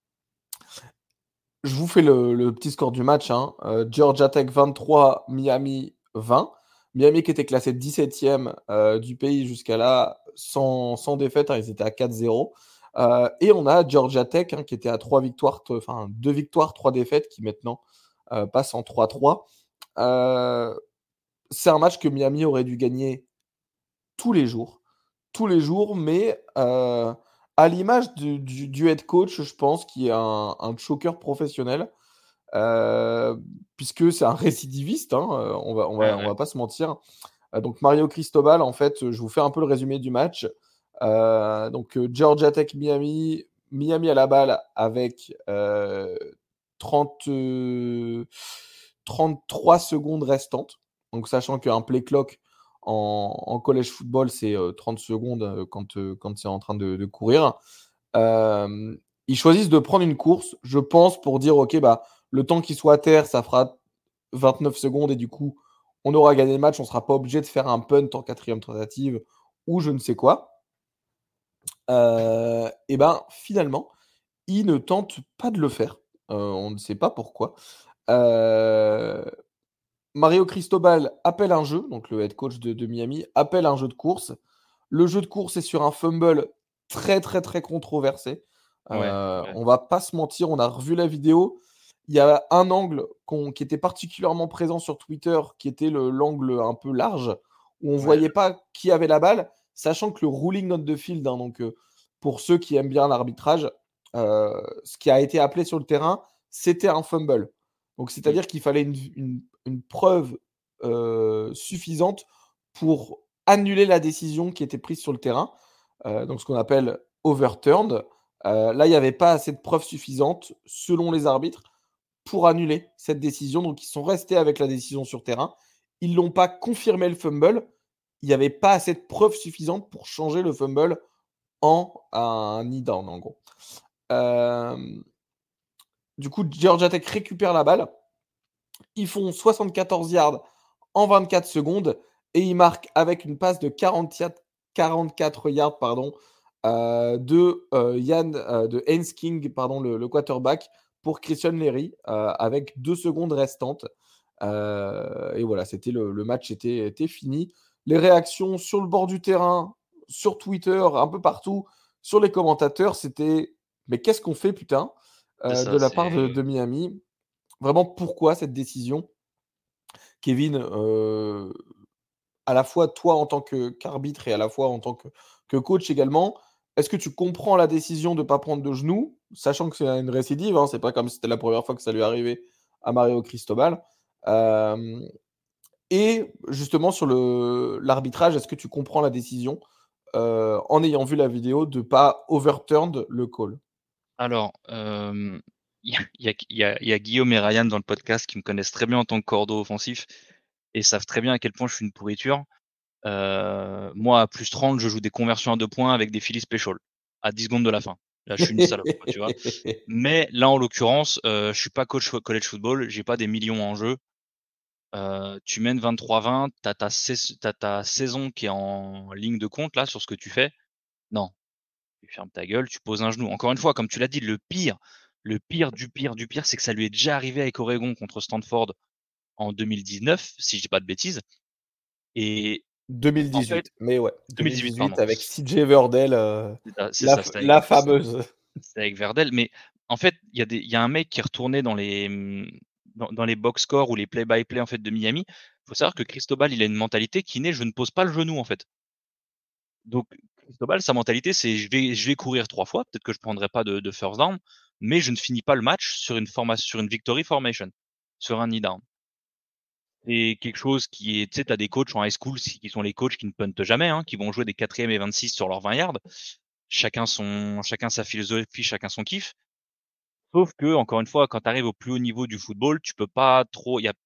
Je vous fais le, le petit score du match, hein. Euh, Georgia Tech vingt-trois, Miami vingt. Miami qui était classé dix-septième euh, du pays jusqu'à là, sans, sans défaite, hein, ils étaient à quatre zéro. Euh, et on a Georgia Tech, hein, qui était à trois victoires, t- enfin deux victoires, trois défaites, qui maintenant euh, passe en trois trois. Euh, c'est un match que Miami aurait dû gagner tous les jours. Tous les jours, mais euh, à l'image du, du- du head coach, je pense, qui est un, un choker professionnel, euh, puisque c'est un récidiviste, hein, euh, on va, on Ouais, va, on ouais. va pas se mentir. Euh, donc Mario Cristobal, en fait, je vous fais un peu le résumé du match. Euh, donc euh, Georgia Tech Miami, Miami à la balle avec euh, trente, euh, trente-trois secondes restantes. Donc sachant qu'un play clock en, en college football, c'est euh, trente secondes euh, quand, euh, quand c'est en train de, de courir. Euh, Ils choisissent de prendre une course, je pense, pour dire, OK, bah, le temps qu'il soit à terre, ça fera vingt-neuf secondes et du coup, on aura gagné le match, on ne sera pas obligé de faire un punt en quatrième tentative ou je ne sais quoi. Euh, et ben finalement, ils ne tentent pas de le faire. Euh, on ne sait pas pourquoi. Euh, Mario Cristobal appelle un jeu, donc le head coach de, de Miami appelle un jeu de course. Le jeu de course est sur un fumble très très très controversé. Ouais, Euh, ouais. on va pas se mentir, on a revu la vidéo. il y a un angle qu'on, qui était particulièrement présent sur Twitter, qui était le, l'angle un peu large, où on ne Ouais. voyait pas qui avait la balle, sachant que le ruling on the field, hein, donc euh, pour ceux qui aiment bien l'arbitrage, euh, ce qui a été appelé sur le terrain, c'était un fumble. Donc c'est-à-dire Mm. qu'il fallait une, une, une preuve euh, suffisante pour annuler la décision qui était prise sur le terrain, euh, donc ce qu'on appelle overturned. Euh, là, il n'y avait pas assez de preuves suffisantes, selon les arbitres, pour annuler cette décision. Donc, ils sont restés avec la décision sur terrain. Ils n'ont pas confirmé le fumble. Il n'y avait pas assez de preuves suffisantes pour changer le fumble en un knee down, en gros. Euh, du coup, Georgia Tech récupère la balle. Ils font soixante-quatorze yards en vingt-quatre secondes et ils marquent avec une passe de quarante-quatre, quarante-quatre yards pardon, euh, de euh, Yann euh, de Haynes King, pardon, le, le quarterback, pour Christian Leary euh, avec deux secondes restantes. Euh, et voilà, c'était le, le match était, était fini. Les réactions sur le bord du terrain, sur Twitter, un peu partout, sur les commentateurs, c'était mais qu'est-ce qu'on fait, putain, C'est euh, de ça, la part de, c'est. de Miami. Vraiment, pourquoi cette décision, Kevin, euh, à la fois toi en tant que, qu'arbitre et à la fois en tant que, que coach également, est-ce que tu comprends la décision de ne pas prendre de genoux, sachant que c'est une récidive, hein, c'est pas comme si c'était la première fois que ça lui arrivait à Mario Cristobal. Euh, et justement sur le, l'arbitrage, est-ce que tu comprends la décision euh, en ayant vu la vidéo de ne pas overturn le call? Alors, euh, il y a, il y a- il y a- il y a Guillaume et Ryan dans le podcast qui me connaissent très bien en tant que cordeau offensif et savent très bien à quel point je suis une pourriture. Euh, moi, à plus trente, je joue des conversions à deux points avec des Philly Special à dix secondes de la fin. Là, je suis une salope, quoi, tu vois. Mais là, en l'occurrence, euh, je suis pas coach fo- college football, j'ai pas des millions en jeu. Euh, tu mènes vingt-trois vingt, t'as ta, sais- t'as ta saison qui est en ligne de compte là sur ce que tu fais. Non, tu fermes ta gueule, tu poses un genou. Encore une fois, comme tu l'as dit, le pire, le pire du pire du pire, c'est que ça lui est déjà arrivé avec Oregon contre Stanford en deux mille dix-neuf, si je dis pas de bêtises. Et en fait, deux mille dix-huit, mais ouais, deux mille dix-huit, deux mille dix-huit pardon. avec C J Verdell, euh, C'est ça, c'est la, ça, c'était la avec, fameuse. c'était avec Verdell. Mais en fait, il y a des, il y a un mec qui est retourné dans les, hum, dans, dans les box scores ou les play-by-play en fait de Miami. Faut savoir que Cristobal, il a une mentalité qui n'est je ne pose pas le genou en fait. Donc Cristobal, sa mentalité, c'est je vais, je vais courir trois fois, peut-être que je prendrai pas de, de first down, mais je ne finis pas le match sur une formation, sur une victory formation, sur un knee down. C'est quelque chose qui est, tu sais, t'as des coachs en high school qui sont les coachs qui ne puntent jamais, hein, qui vont jouer des quatrième et vingt-six sur leurs vingt yards. Chacun son, chacun sa philosophie, chacun son kiff. Sauf que, encore une fois, quand tu arrives au plus haut niveau du football, tu peux pas trop, il y a,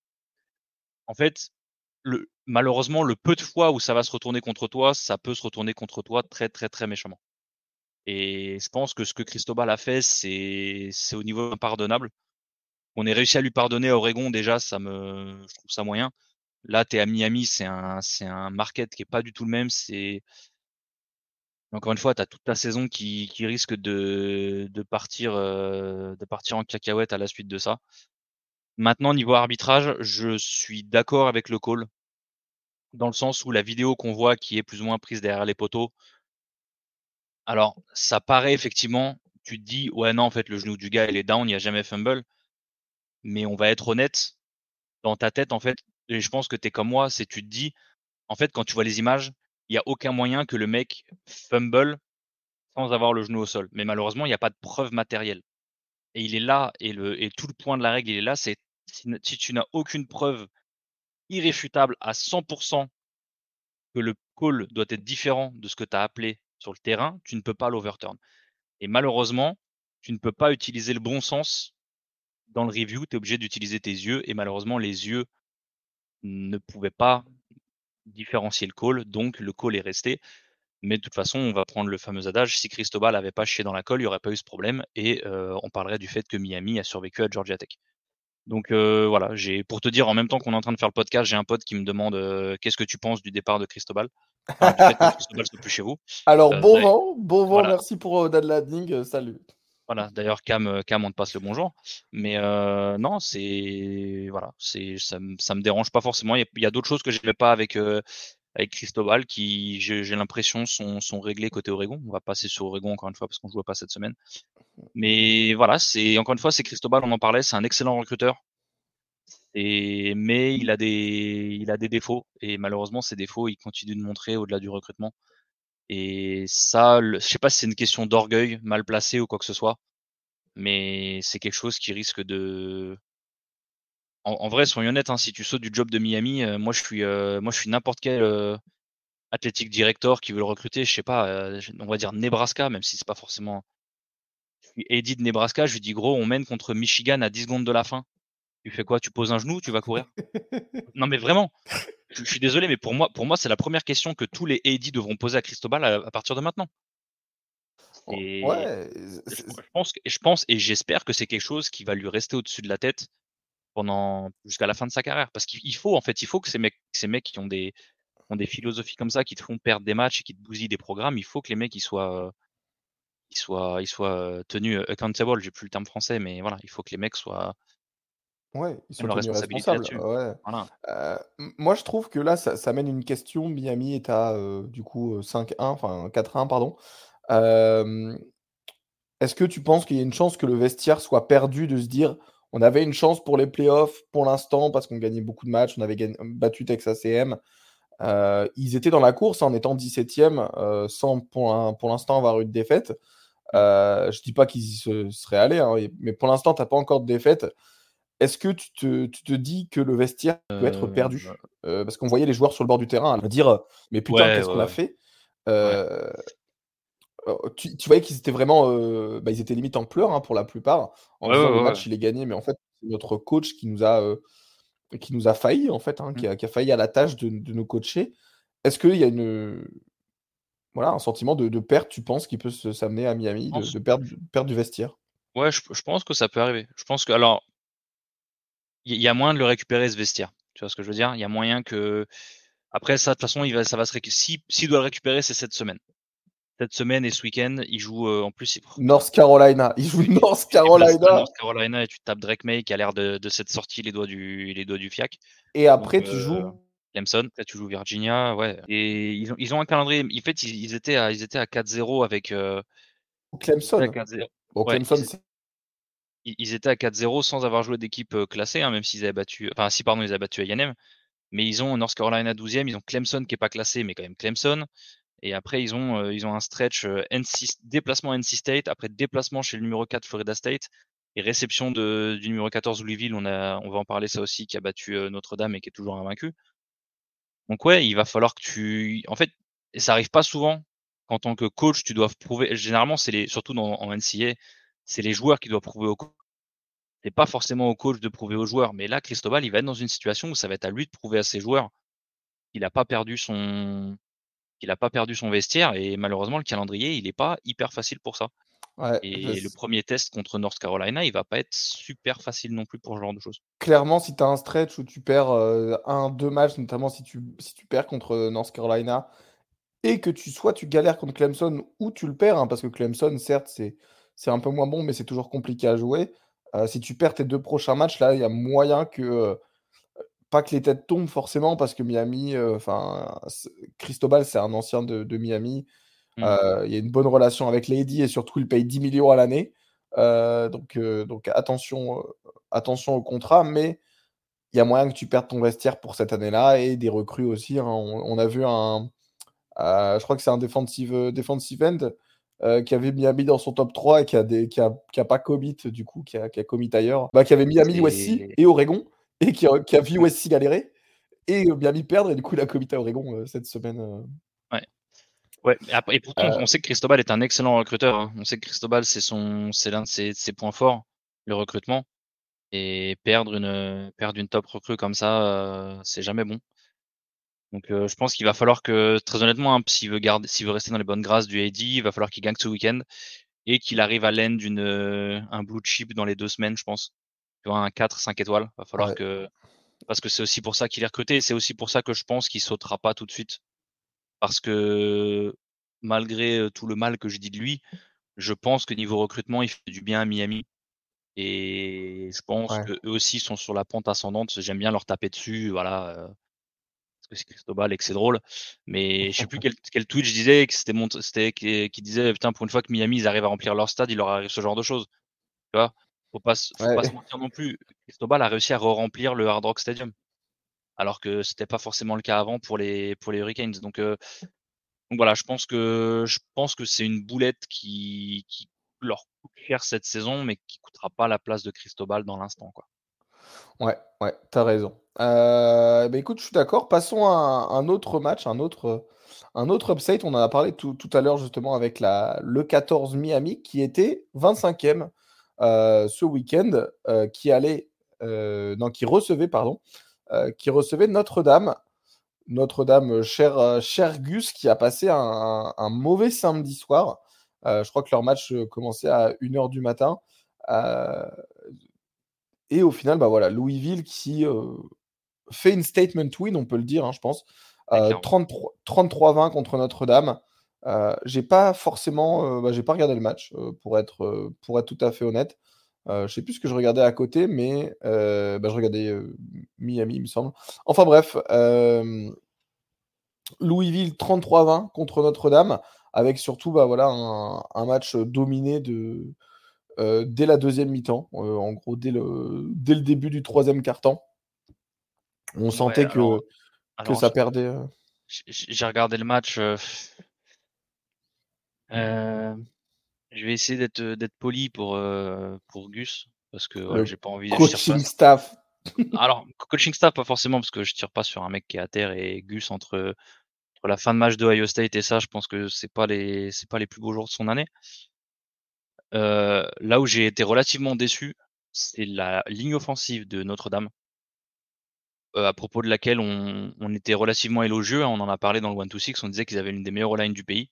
en fait, le, malheureusement, le peu de fois où ça va se retourner contre toi, ça peut se retourner contre toi très, très, très méchamment. Et je pense que ce que Cristobal a fait, c'est, c'est au niveau impardonnable. On ait réussi à lui pardonner à Oregon, déjà, ça me, je trouve ça moyen. Là, t'es à Miami, c'est un, c'est un market qui est pas du tout le même. C'est, encore une fois, t'as toute ta saison qui, qui risque de, de partir, euh, de partir en cacahuète à la suite de ça. Maintenant, niveau arbitrage, je suis d'accord avec le call, dans le sens où la vidéo qu'on voit qui est plus ou moins prise derrière les poteaux, alors, ça paraît effectivement, tu te dis, ouais, non, en fait, le genou du gars, il est down, il n'y a jamais fumble. Mais on va être honnête, dans ta tête, en fait, et je pense que tu es comme moi, c'est tu te dis, en fait, quand tu vois les images, il n'y a aucun moyen que le mec fumble sans avoir le genou au sol. Mais malheureusement, il n'y a pas de preuve matérielle. Et il est là, et, le, et tout le point de la règle, il est là, c'est si, si tu n'as aucune preuve irréfutable à cent pour cent que le call doit être différent de ce que tu as appelé sur le terrain, tu ne peux pas l'overturn. Et malheureusement, tu ne peux pas utiliser le bon sens dans le review, tu es obligé d'utiliser tes yeux, et malheureusement, les yeux ne pouvaient pas différencier le call, donc le call est resté. Mais de toute façon, on va prendre le fameux adage, si Cristobal n'avait pas chié dans la colle, il n'y aurait pas eu ce problème, et euh, on parlerait du fait que Miami a survécu à Georgia Tech. Donc euh, voilà, j'ai pour te dire, en même temps qu'on est en train de faire le podcast, j'ai un pote qui me demande euh, qu'est-ce que tu penses du départ de Cristobal, enfin du fait que Cristobal soit plus chez vous. Alors, Euh, bon bah, vent, bon vent, voilà, merci pour euh, Dan Ladning, euh, salut. voilà. D'ailleurs, Cam, euh, Cam, on te passe le bonjour. Mais euh, non, c'est voilà, c'est ça, me- ça me dérange pas forcément. Il y a, il y a d'autres choses que j'aimais pas avec euh, avec Cristobal qui, j'ai j'ai l'impression, sont sont réglées côté Oregon. On va passer sur Oregon encore une fois parce qu'on joue pas cette semaine. Mais voilà, c'est encore une fois, c'est Cristobal, on en parlait, c'est un excellent recruteur. Et mais il a des il a des défauts et malheureusement ces défauts, il continue de montrer au-delà du recrutement. Et ça, le, je sais pas si c'est une question d'orgueil mal placé ou quoi que ce soit, mais c'est quelque chose qui risque de. En, en vrai, soyons honnêtes, hein, si tu sautes du job de Miami, euh, moi je suis euh, moi je suis n'importe quel euh, athletic director qui veut le recruter, je sais pas, euh, on va dire Nebraska, même si c'est pas forcément. Je suis Eddie de Nebraska, je lui dis gros, on mène contre Michigan à dix secondes de la fin. Tu fais quoi? Tu poses un genou, tu vas courir? Non mais vraiment, je, je suis désolé, mais pour moi, pour moi, c'est la première question que tous les A D devront poser à Cristobal à, à partir de maintenant. Et Ouais, je, c'est- je pense, que- je pense et j'espère que c'est quelque chose qui va lui rester au-dessus de la tête pendant jusqu'à la fin de sa carrière, parce qu'il il faut en fait, il faut que ces mecs, ces mecs qui ont des ont des philosophies comme ça, qui te font perdre des matchs et qui te bousillent des programmes, il faut que les mecs ils soient ils soient ils soient euh, tenus euh, accountable. J'ai plus le terme français, mais voilà, il faut que les mecs soient ouais, ils prennent sont leurs tenus responsabilités responsables. là-dessus. Ouais. Voilà. Euh, m- moi, je trouve que là, ça, ça mène une question. Miami est à euh, du coup euh, cinq un, enfin quatre un, pardon. Euh, Est-ce que tu penses qu'il y a une chance que le vestiaire soit perdu de se dire on avait une chance pour les playoffs pour l'instant parce qu'on gagnait beaucoup de matchs, on avait gagné- battu Texas A and M. Euh, ils étaient dans la course en étant dix-septième euh, sans pour, un- pour l'instant avoir eu de défaite. Mm. Euh, je dis pas qu'ils y se seraient allés, hein, et- mais pour l'instant, tu n'as pas encore de défaite. Est-ce que tu te, tu te dis que le vestiaire peut être Euh, perdu? Euh, parce qu'on voyait les joueurs sur le bord du terrain à dire mais putain, ouais, qu'est-ce qu'on ouais, a ouais, fait? ouais. Euh, euh, tu, tu voyais qu'ils étaient vraiment, euh, bah, ils étaient limite en pleurs hein, pour la plupart, en Ouais, disant ouais, le ouais, match ouais. il est gagné, mais en fait c'est notre coach qui nous a, euh, qui nous a failli en fait, hein, Mm. qui a, qui a failli à la tâche de, de nous coacher. Est-ce qu'il y a une, voilà, un sentiment de, de perte, tu penses, qui peut se- s'amener à Je Miami, de, pense, de perdre, de perdre du vestiaire? ouais, je, je pense que ça peut arriver. Je pense que alors il y, y a moyen de le récupérer ce vestiaire. Tu vois ce que je veux dire? Il y a moyen que après ça, de toute façon, il va, ça va se récupérer. Si, s'il doit le récupérer, c'est cette semaine. Cette semaine et ce week-end, il joue euh, en plus. Il- oh, putain. North Carolina, il joue Tu, tu- North tu déplaces à Carolina, North Carolina et tu tapes Drake May qui a l'air de, de s'être sorti les doigts du, les doigts du fiac. et Donc après tu euh, joues Clemson, peut-être tu joues Virginia, ouais. Et ils ont, ils ont un calendrier. En fait, ils, ils étaient à, ils étaient à quatre zéro avec. Euh, ils étaient à Clemson. quatre zéro. Bon, Ouais, Clemson, ils, c'est ils ils étaient à quatre zéro sans avoir joué d'équipe euh, classée, hein, même s'ils avaient battu. Enfin, si, pardon, ils avaient battu A and M. Mais ils ont North Carolina douzième, ils ont Clemson qui est pas classé, mais quand même Clemson. Et après, ils ont, euh, ils ont un stretch euh, N C, déplacement N C State, après déplacement chez le numéro quatre Florida State, et réception de, du numéro quatorze Louisville, on, a, on va en parler ça aussi, qui a battu euh, Notre-Dame et qui est toujours invaincu. Donc ouais, il va falloir que tu... En fait, et ça arrive pas souvent qu'en tant que coach, tu dois prouver... Généralement, c'est les, surtout dans, en N C A A, c'est les joueurs qui doivent prouver au coach. C'est pas forcément au coach de prouver aux joueurs. Mais là, Cristobal, il va être dans une situation où ça va être à lui de prouver à ses joueurs qu'il a pas perdu son qu'il a pas perdu son vestiaire et malheureusement le calendrier il est pas hyper facile pour ça. ouais, Et le parce- premier test contre North Carolina, il va pas être super facile non plus pour ce genre de choses. clairement, si tu as un stretch où tu perds euh, un, deux matchs, notamment si tu, si tu perds contre euh, North Carolina, et que tu soit tu galères contre Clemson ou tu le perds, hein, parce que Clemson, certes, c'est c'est un peu moins bon, mais c'est toujours compliqué à jouer. Euh, si tu perds tes deux prochains matchs, là, il y a moyen que, euh, pas que les têtes tombent forcément, parce que Miami, euh, enfin, c'est- Cristobal, c'est un ancien de, de Miami. Mm. Euh, il y a une bonne relation avec Lady et surtout, il paye dix millions à l'année. Euh, donc, euh, donc attention, euh, attention au contrat, mais il y a moyen que tu perdes ton vestiaire pour cette année-là et des recrues aussi, hein. On, on a vu un, euh, je crois que c'est un defensive, euh, defensive end euh, qui avait Miami dans son top trois et qui a, des, qui a, qui a pas commit, du coup, qui a, qui a commit ailleurs. Bah, qui avait Miami, U S C C'est et Oregon et qui a, qui a vu ouais, U S C galérer et euh, Miami perdre et du coup, il a commit à Oregon euh, cette semaine. euh. ouais. Ouais. Et, après- et pourtant, Euh, on sait que Cristobal est un excellent recruteur, hein. On sait que Cristobal, c'est son, c'est l'un de ses, de ses points forts, le recrutement. Et perdre une, perdre une top recrue comme ça, euh, c'est jamais bon. Donc, euh, je pense qu'il va falloir que, très honnêtement, hein, s'il veut garder, s'il veut rester dans les bonnes grâces du A D, il va falloir qu'il gagne ce week-end et qu'il arrive à l'end d'une, euh, un blue chip dans les deux semaines, je pense. Tu vois, un quatre cinq étoiles. Va falloir ouais. que, parce que c'est aussi pour ça qu'il est recruté et c'est aussi pour ça que je pense qu'il sautera pas tout de suite. Parce que, malgré euh, tout le mal que je dis de lui, je pense que niveau recrutement, il fait du bien à Miami. Et je pense Ouais. que eux aussi sont sur la pente ascendante. J'aime bien leur taper dessus, voilà. euh, Parce que c'est Cristobal et que c'est drôle. Mais je sais plus quel, quel tweet je disais que c'était mon, c'était qui, qui disait putain pour une fois que Miami ils arrivent à remplir leur stade, il leur arrive ce genre de choses. Tu vois, faut pas, se- faut pas se Ouais. mentir non plus. Cristobal a réussi à re-remplir le Hard Rock Stadium, alors que c'était pas forcément le cas avant pour les pour les Hurricanes. Donc, euh, donc voilà, je pense que je pense que c'est une boulette qui qui leur coûte cher cette saison, mais qui coûtera pas la place de Cristobal dans l'instant, quoi. Ouais, ouais, t'as raison. Euh, bah écoute, je suis d'accord. Passons à un, un autre match, un autre, un autre upset. On en a parlé tout, tout à l'heure justement avec la, le quatorze Miami qui était vingt-cinquième euh, ce week-end, euh, qui allait, euh, non, qui recevait, pardon, euh, qui recevait Notre-Dame. Notre-Dame, euh, cher, euh, cher Gus, qui a passé un, un- un mauvais samedi soir. Euh, je crois que leur match euh, commençait à une heure du matin. Euh, et au final, bah voilà, Louisville qui euh, fait une statement win, on peut le dire, hein, je pense. Ouais, Euh, clairement. trente-trois trente-trois vingt contre Notre-Dame. Euh, j'ai pas forcément, euh, bah, j'ai pas regardé le match euh, pour être, euh, pour être tout à fait honnête. Euh, je sais plus ce que je regardais à côté, mais euh, bah, je regardais euh, Miami, il me semble. Enfin bref, euh, Louisville trente-trois vingt contre Notre-Dame, avec surtout bah, voilà, un, un match dominé de, euh, dès la deuxième mi-temps, euh, en gros dès le, dès le début du troisième quart-temps. On Ouais, sentait alors que, que alors ça perdait. euh. j- j- j'ai regardé le match. euh, euh, je vais essayer d'être d'être poli pour euh, pour Gus parce que voilà, Le j'ai pas envie, je tire pas. coaching staff. Alors coaching staff pas forcément parce que je tire pas sur un mec qui est à terre et Gus entre entre la fin de match de Ohio State et ça, je pense que c'est pas les c'est pas les plus beaux jours de son année. Euh, là où j'ai été relativement déçu, c'est la ligne offensive de Notre-Dame, euh, à propos de laquelle on, on était relativement élogieux, hein, on en a parlé dans le one to six, on disait qu'ils avaient l'une des meilleures O-line du pays.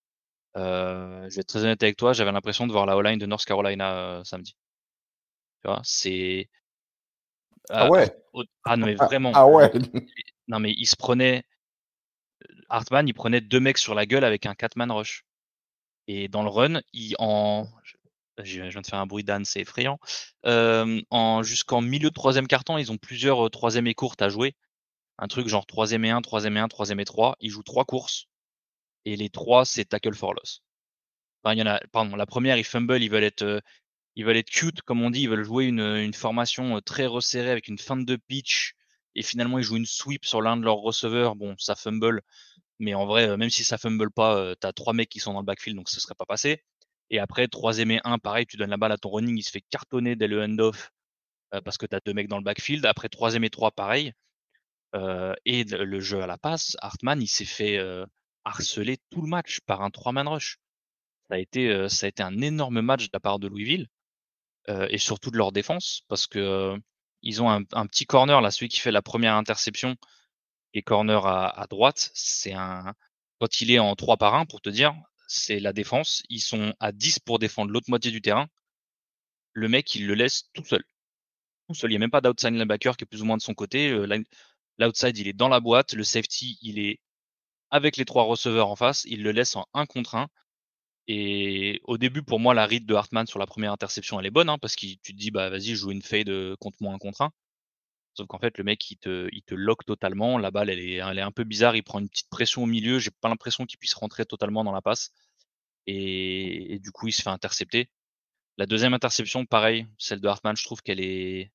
Euh, je vais être très honnête avec toi, j'avais l'impression de voir la O-line de North Carolina euh, samedi. Tu vois, c'est Ah euh, Hart- ouais. au- ah non mais Ah, vraiment ah ouais. le non mais il se prenait Hartman, il prenait deux mecs sur la gueule avec un quatre man rush. Et dans le run, il en je je viens de faire un bruit d'âne, c'est effrayant. Euh, en jusqu'en milieu de troisième quart-temps, ils ont plusieurs euh, troisième et courtes à jouer. Un truc genre troisième et un, troisième et un, troisième et trois. Ils jouent trois courses et les trois c'est tackle for loss. Enfin, il y en a, pardon, la première ils fumble, ils veulent être, euh, ils veulent être cute comme on dit, ils veulent jouer une, une formation euh, très resserrée avec une feinte de pitch et finalement ils jouent une sweep sur l'un de leurs receveurs. Bon, ça fumble, mais en vrai, euh, même si ça fumble pas, euh, t'as trois mecs qui sont dans le backfield donc ça serait pas passé. Et après, troisième et un, pareil, tu donnes la balle à ton running, il se fait cartonner dès le handoff euh, parce que tu as deux mecs dans le backfield. Après, troisième et trois, pareil. Euh, et le, le jeu à la passe, Hartman, il s'est fait euh, harceler tout le match par un trois-man rush. Ça a été, euh, ça a été un énorme match de la part de Louisville euh, et surtout de leur défense parce que euh, ils ont un, un petit corner là, celui qui fait la première interception et corner à, à droite. C'est un quand il est en trois par un pour te dire, c'est la défense. Ils sont à dix pour défendre l'autre moitié du terrain. Le mec, il le laisse tout seul. Tout seul. Il n'y a même pas d'outside linebacker qui est plus ou moins de son côté. Euh, l'in- L'outside, il est dans la boîte. Le safety, il est avec les trois receveurs en face. Il le laisse en un contre un. Et au début, pour moi, la read de Hartman sur la première interception, elle est bonne, hein, parce que tu te dis, bah vas-y, joue une fade euh, contre moi un contre un. Sauf qu'en fait, le mec, il te, il te lock totalement. La balle, elle est, elle est un peu bizarre. Il prend une petite pression au milieu. J'ai pas l'impression qu'il puisse rentrer totalement dans la passe. Et, et du coup, il se fait intercepter. La deuxième interception, pareil, celle de Hartman, je trouve qu'elle est,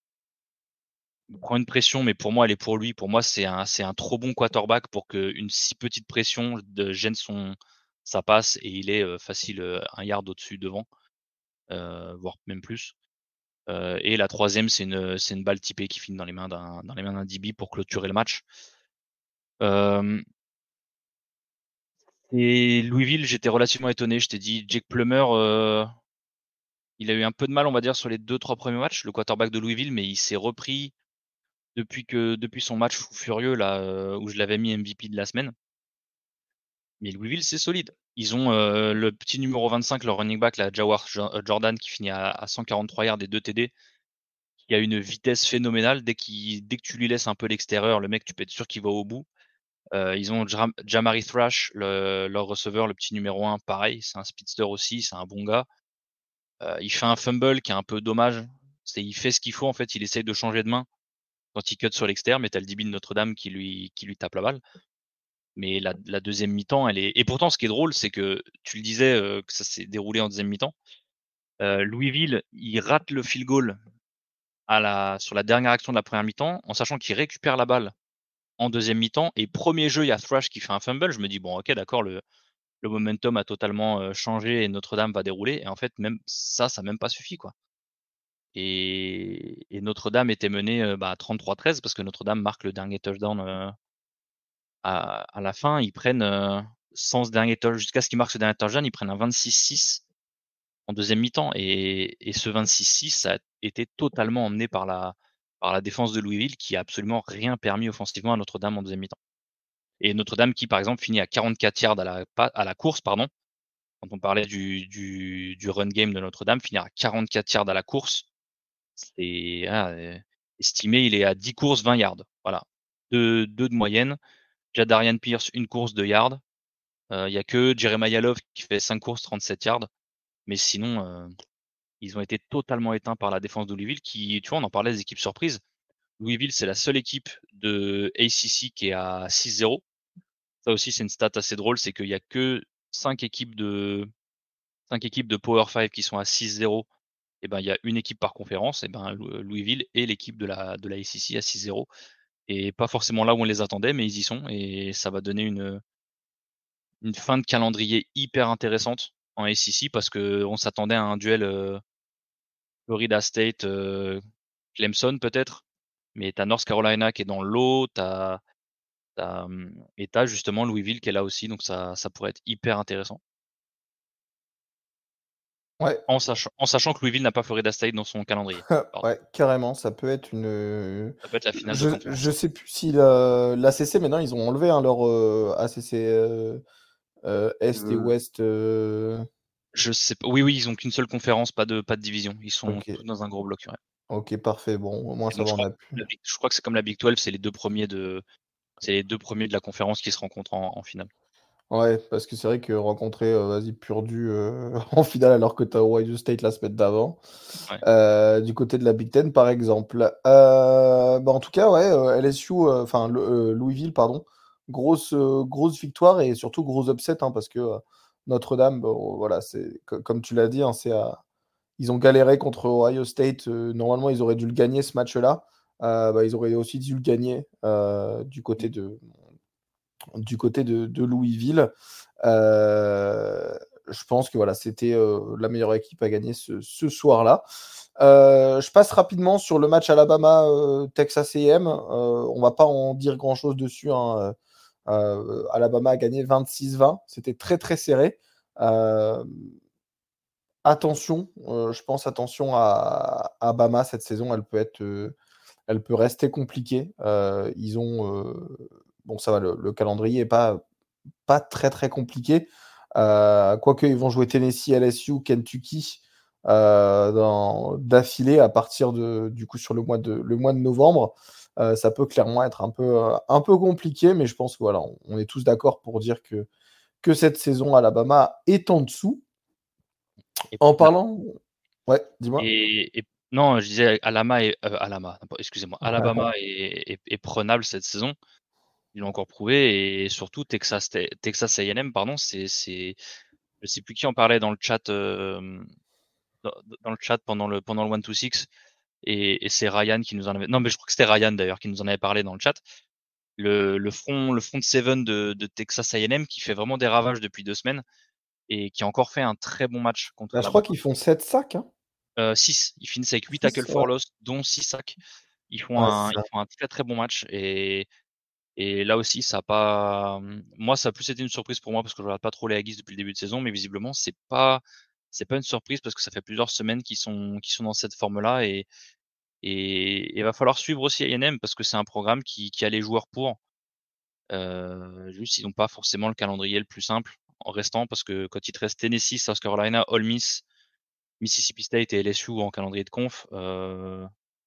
il prend une pression, mais pour moi, elle est pour lui. Pour moi, c'est un, c'est un trop bon quarterback pour qu'une si petite pression de gêne son, sa passe et il est euh, facile euh, un yard au-dessus devant, euh, voire même plus. Euh, et la troisième, c'est une, c'est une balle typée qui finit dans les mains d'un, dans les mains d'un D B pour clôturer le match. Euh, et Louisville, j'étais relativement étonné. Je t'ai dit, Jake Plummer, euh, il a eu un peu de mal, on va dire, sur les deux, trois premiers matchs, le quarterback de Louisville, mais il s'est repris depuis que depuis son match fou furieux là euh, où je l'avais mis M V P de la semaine. Mais Louisville, c'est solide. Ils ont euh, le petit numéro vingt-cinq, leur running back, là, Jawar Jo- Jordan, qui finit à, à cent quarante-trois yards et deux T D, qui a une vitesse phénoménale. Dès, qu'il, dès que tu lui laisses un peu l'extérieur, le mec, tu peux être sûr qu'il va au bout. Euh, ils ont Jam- Jamari Thrash, le- leur receveur, le petit numéro un, pareil. C'est un speedster aussi, c'est un bon gars. Euh, il fait un fumble qui est un peu dommage. C'est, il fait ce qu'il faut, en fait. Il essaye de changer de main. quand il cut sur l'externe, mais t'as le D B de Notre-Dame qui lui, qui lui tape la balle. Mais la, la deuxième mi-temps, elle est. Et pourtant, ce qui est drôle, c'est que tu le disais euh, que ça s'est déroulé en deuxième mi-temps. Euh, Louisville, il rate le field goal à la, sur la dernière action de la première mi-temps, en sachant qu'il récupère la balle en deuxième mi-temps. Et premier jeu, il y a Thrash qui fait un fumble. Je me dis, bon, ok, d'accord, le, le momentum a totalement euh, changé et Notre-Dame va dérouler. Et en fait, même ça, ça n'a même pas suffi, quoi. Et, et Notre-Dame était menée euh, bah, trente-trois treize parce que Notre-Dame marque le dernier touchdown euh, à, à la fin. Ils prennent, euh, sans ce dernier touchdown, jusqu'à ce qu'ils marquent ce dernier touchdown, ils prennent un vingt-six six en deuxième mi-temps. Et, et ce vingt-six six, ça a été totalement emmené par la, par la défense de Louisville qui a absolument rien permis offensivement à Notre-Dame en deuxième mi-temps. Et Notre-Dame qui, par exemple, finit à quarante-quatre yards à la, à la course, pardon. Quand on parlait du, du, du run game de Notre-Dame, finir à quarante-quatre yards à la course, c'est ah, euh, estimé, il est à dix courses, vingt yards. Voilà. Deux, deux de moyenne. Jadarian Pierce, une course, deux yards. Il euh, y a que Jeremiah Love qui fait cinq courses, trente-sept yards. Mais sinon, euh, ils ont été totalement éteints par la défense de Louisville qui, tu vois, on en parlait des équipes surprises. Louisville, c'est la seule équipe de A C C qui est à six zéro. Ça aussi, c'est une stat assez drôle, c'est qu'il y a que cinq équipes de cinq équipes de Power five qui sont à six zéro. Et ben il y a une équipe par conférence, et ben Louisville et l'équipe de la de la A C C à six zéro. Et pas forcément là où on les attendait, mais ils y sont et ça va donner une une fin de calendrier hyper intéressante en A C C parce que on s'attendait à un duel euh, Florida State euh, Clemson peut-être, mais t'as North Carolina qui est dans l'eau, t'as t'as hum, et t'as justement Louisville qui est là aussi, donc ça ça pourrait être hyper intéressant. Ouais, En sachant, en sachant que Louisville n'a pas Florida State dans son calendrier. Pardon. ouais, carrément, ça peut être une. Ça peut être la finale de Je, je conférence. sais plus si la- l'A C C, maintenant, ils ont enlevé hein, leur euh, A C C euh, euh, Est et Euh, Ouest. euh, je sais pas. Oui, oui, ils ont qu'une seule conférence, pas de pas de division. Ils sont Ok, tous dans un gros bloc. Ouais. ok, parfait. Bon, au moins Et ça donc va, je on crois, a pu. la Big- je crois que c'est comme la Big douze, c'est les deux premiers de, c'est les deux premiers de la conférence qui se rencontrent en, en finale. Ouais, parce que c'est vrai que rencontrer, euh, vas-y, Purdue euh, en finale alors que t'as Ohio State la semaine d'avant, Ouais. euh, du côté de la Big Ten par exemple. Euh, bah, en tout cas, ouais, euh, L S U, euh, enfin le- euh, Louisville, pardon, grosse, euh, grosse victoire et surtout gros upset hein, parce que euh, Notre-Dame, bon, voilà, c'est co- comme tu l'as dit, hein, c'est à- ils ont galéré contre Ohio State. euh, normalement, ils auraient dû le gagner ce match-là. Euh, bah, ils auraient aussi dû le gagner euh, du côté de, du côté de, de Louisville. Euh, je pense que voilà, c'était euh, la meilleure équipe à gagner ce, ce soir-là. Euh, je passe rapidement sur le match Alabama-Texas A et M. Euh, on va pas en dire grand-chose dessus. Hein. Euh, Alabama a gagné vingt-six vingt. C'était très très serré. Euh, attention, euh, je pense attention à, à Bama cette saison. Elle peut être, euh, elle peut rester compliquée. Euh, ils ont, euh, bon ça va, le, le calendrier est pas pas très très compliqué. Euh, quoique ils vont jouer Tennessee, L S U, Kentucky euh, dans- d'affilée à partir de du coup sur le mois de le mois de novembre. Euh, ça peut clairement être un peu euh, un peu compliqué, mais je pense que voilà, on, on est tous d'accord pour dire que que cette saison Alabama est en dessous. Et, En na- parlant, ouais, dis-moi. et, et- non, je disais Alama et euh, Alama, excusez-moi, Alabama est, est, est prenable cette saison. Ils l'ont encore prouvé et surtout Texas Texas A et M, pardon, c'est c'est je sais plus qui en parlait dans le chat euh, dans, dans le chat pendant le pendant le one to six et, et c'est Ryan qui nous en avait non mais je crois que c'était Ryan d'ailleurs qui nous en avait parlé dans le chat. Le, le front le front seven de, de Texas A et M qui fait vraiment des ravages depuis deux semaines et qui a encore fait un très bon match contre Bah, je crois Alabama. qu'ils font sept sacs. Hein. Euh, six, ils finissent avec huit tackles six, for ouais. loss, dont six sacs. Ils font Ouais, un, c'est ils ça. font un très très bon match et, et là aussi ça a pas, moi ça a plus été une surprise pour moi parce que je regarde pas trop les Aggies depuis le début de saison, mais visiblement c'est pas, c'est pas une surprise parce que ça fait plusieurs semaines qu'ils sont, qu'ils sont dans cette forme-là et et il va falloir suivre aussi A et M parce que c'est un programme qui, qui a les joueurs pour. Euh, juste ils n'ont pas forcément le calendrier le plus simple en restant parce que quand il te reste Tennessee, South Carolina, Ole Miss, Mississippi State et L S U en calendrier de conf, euh,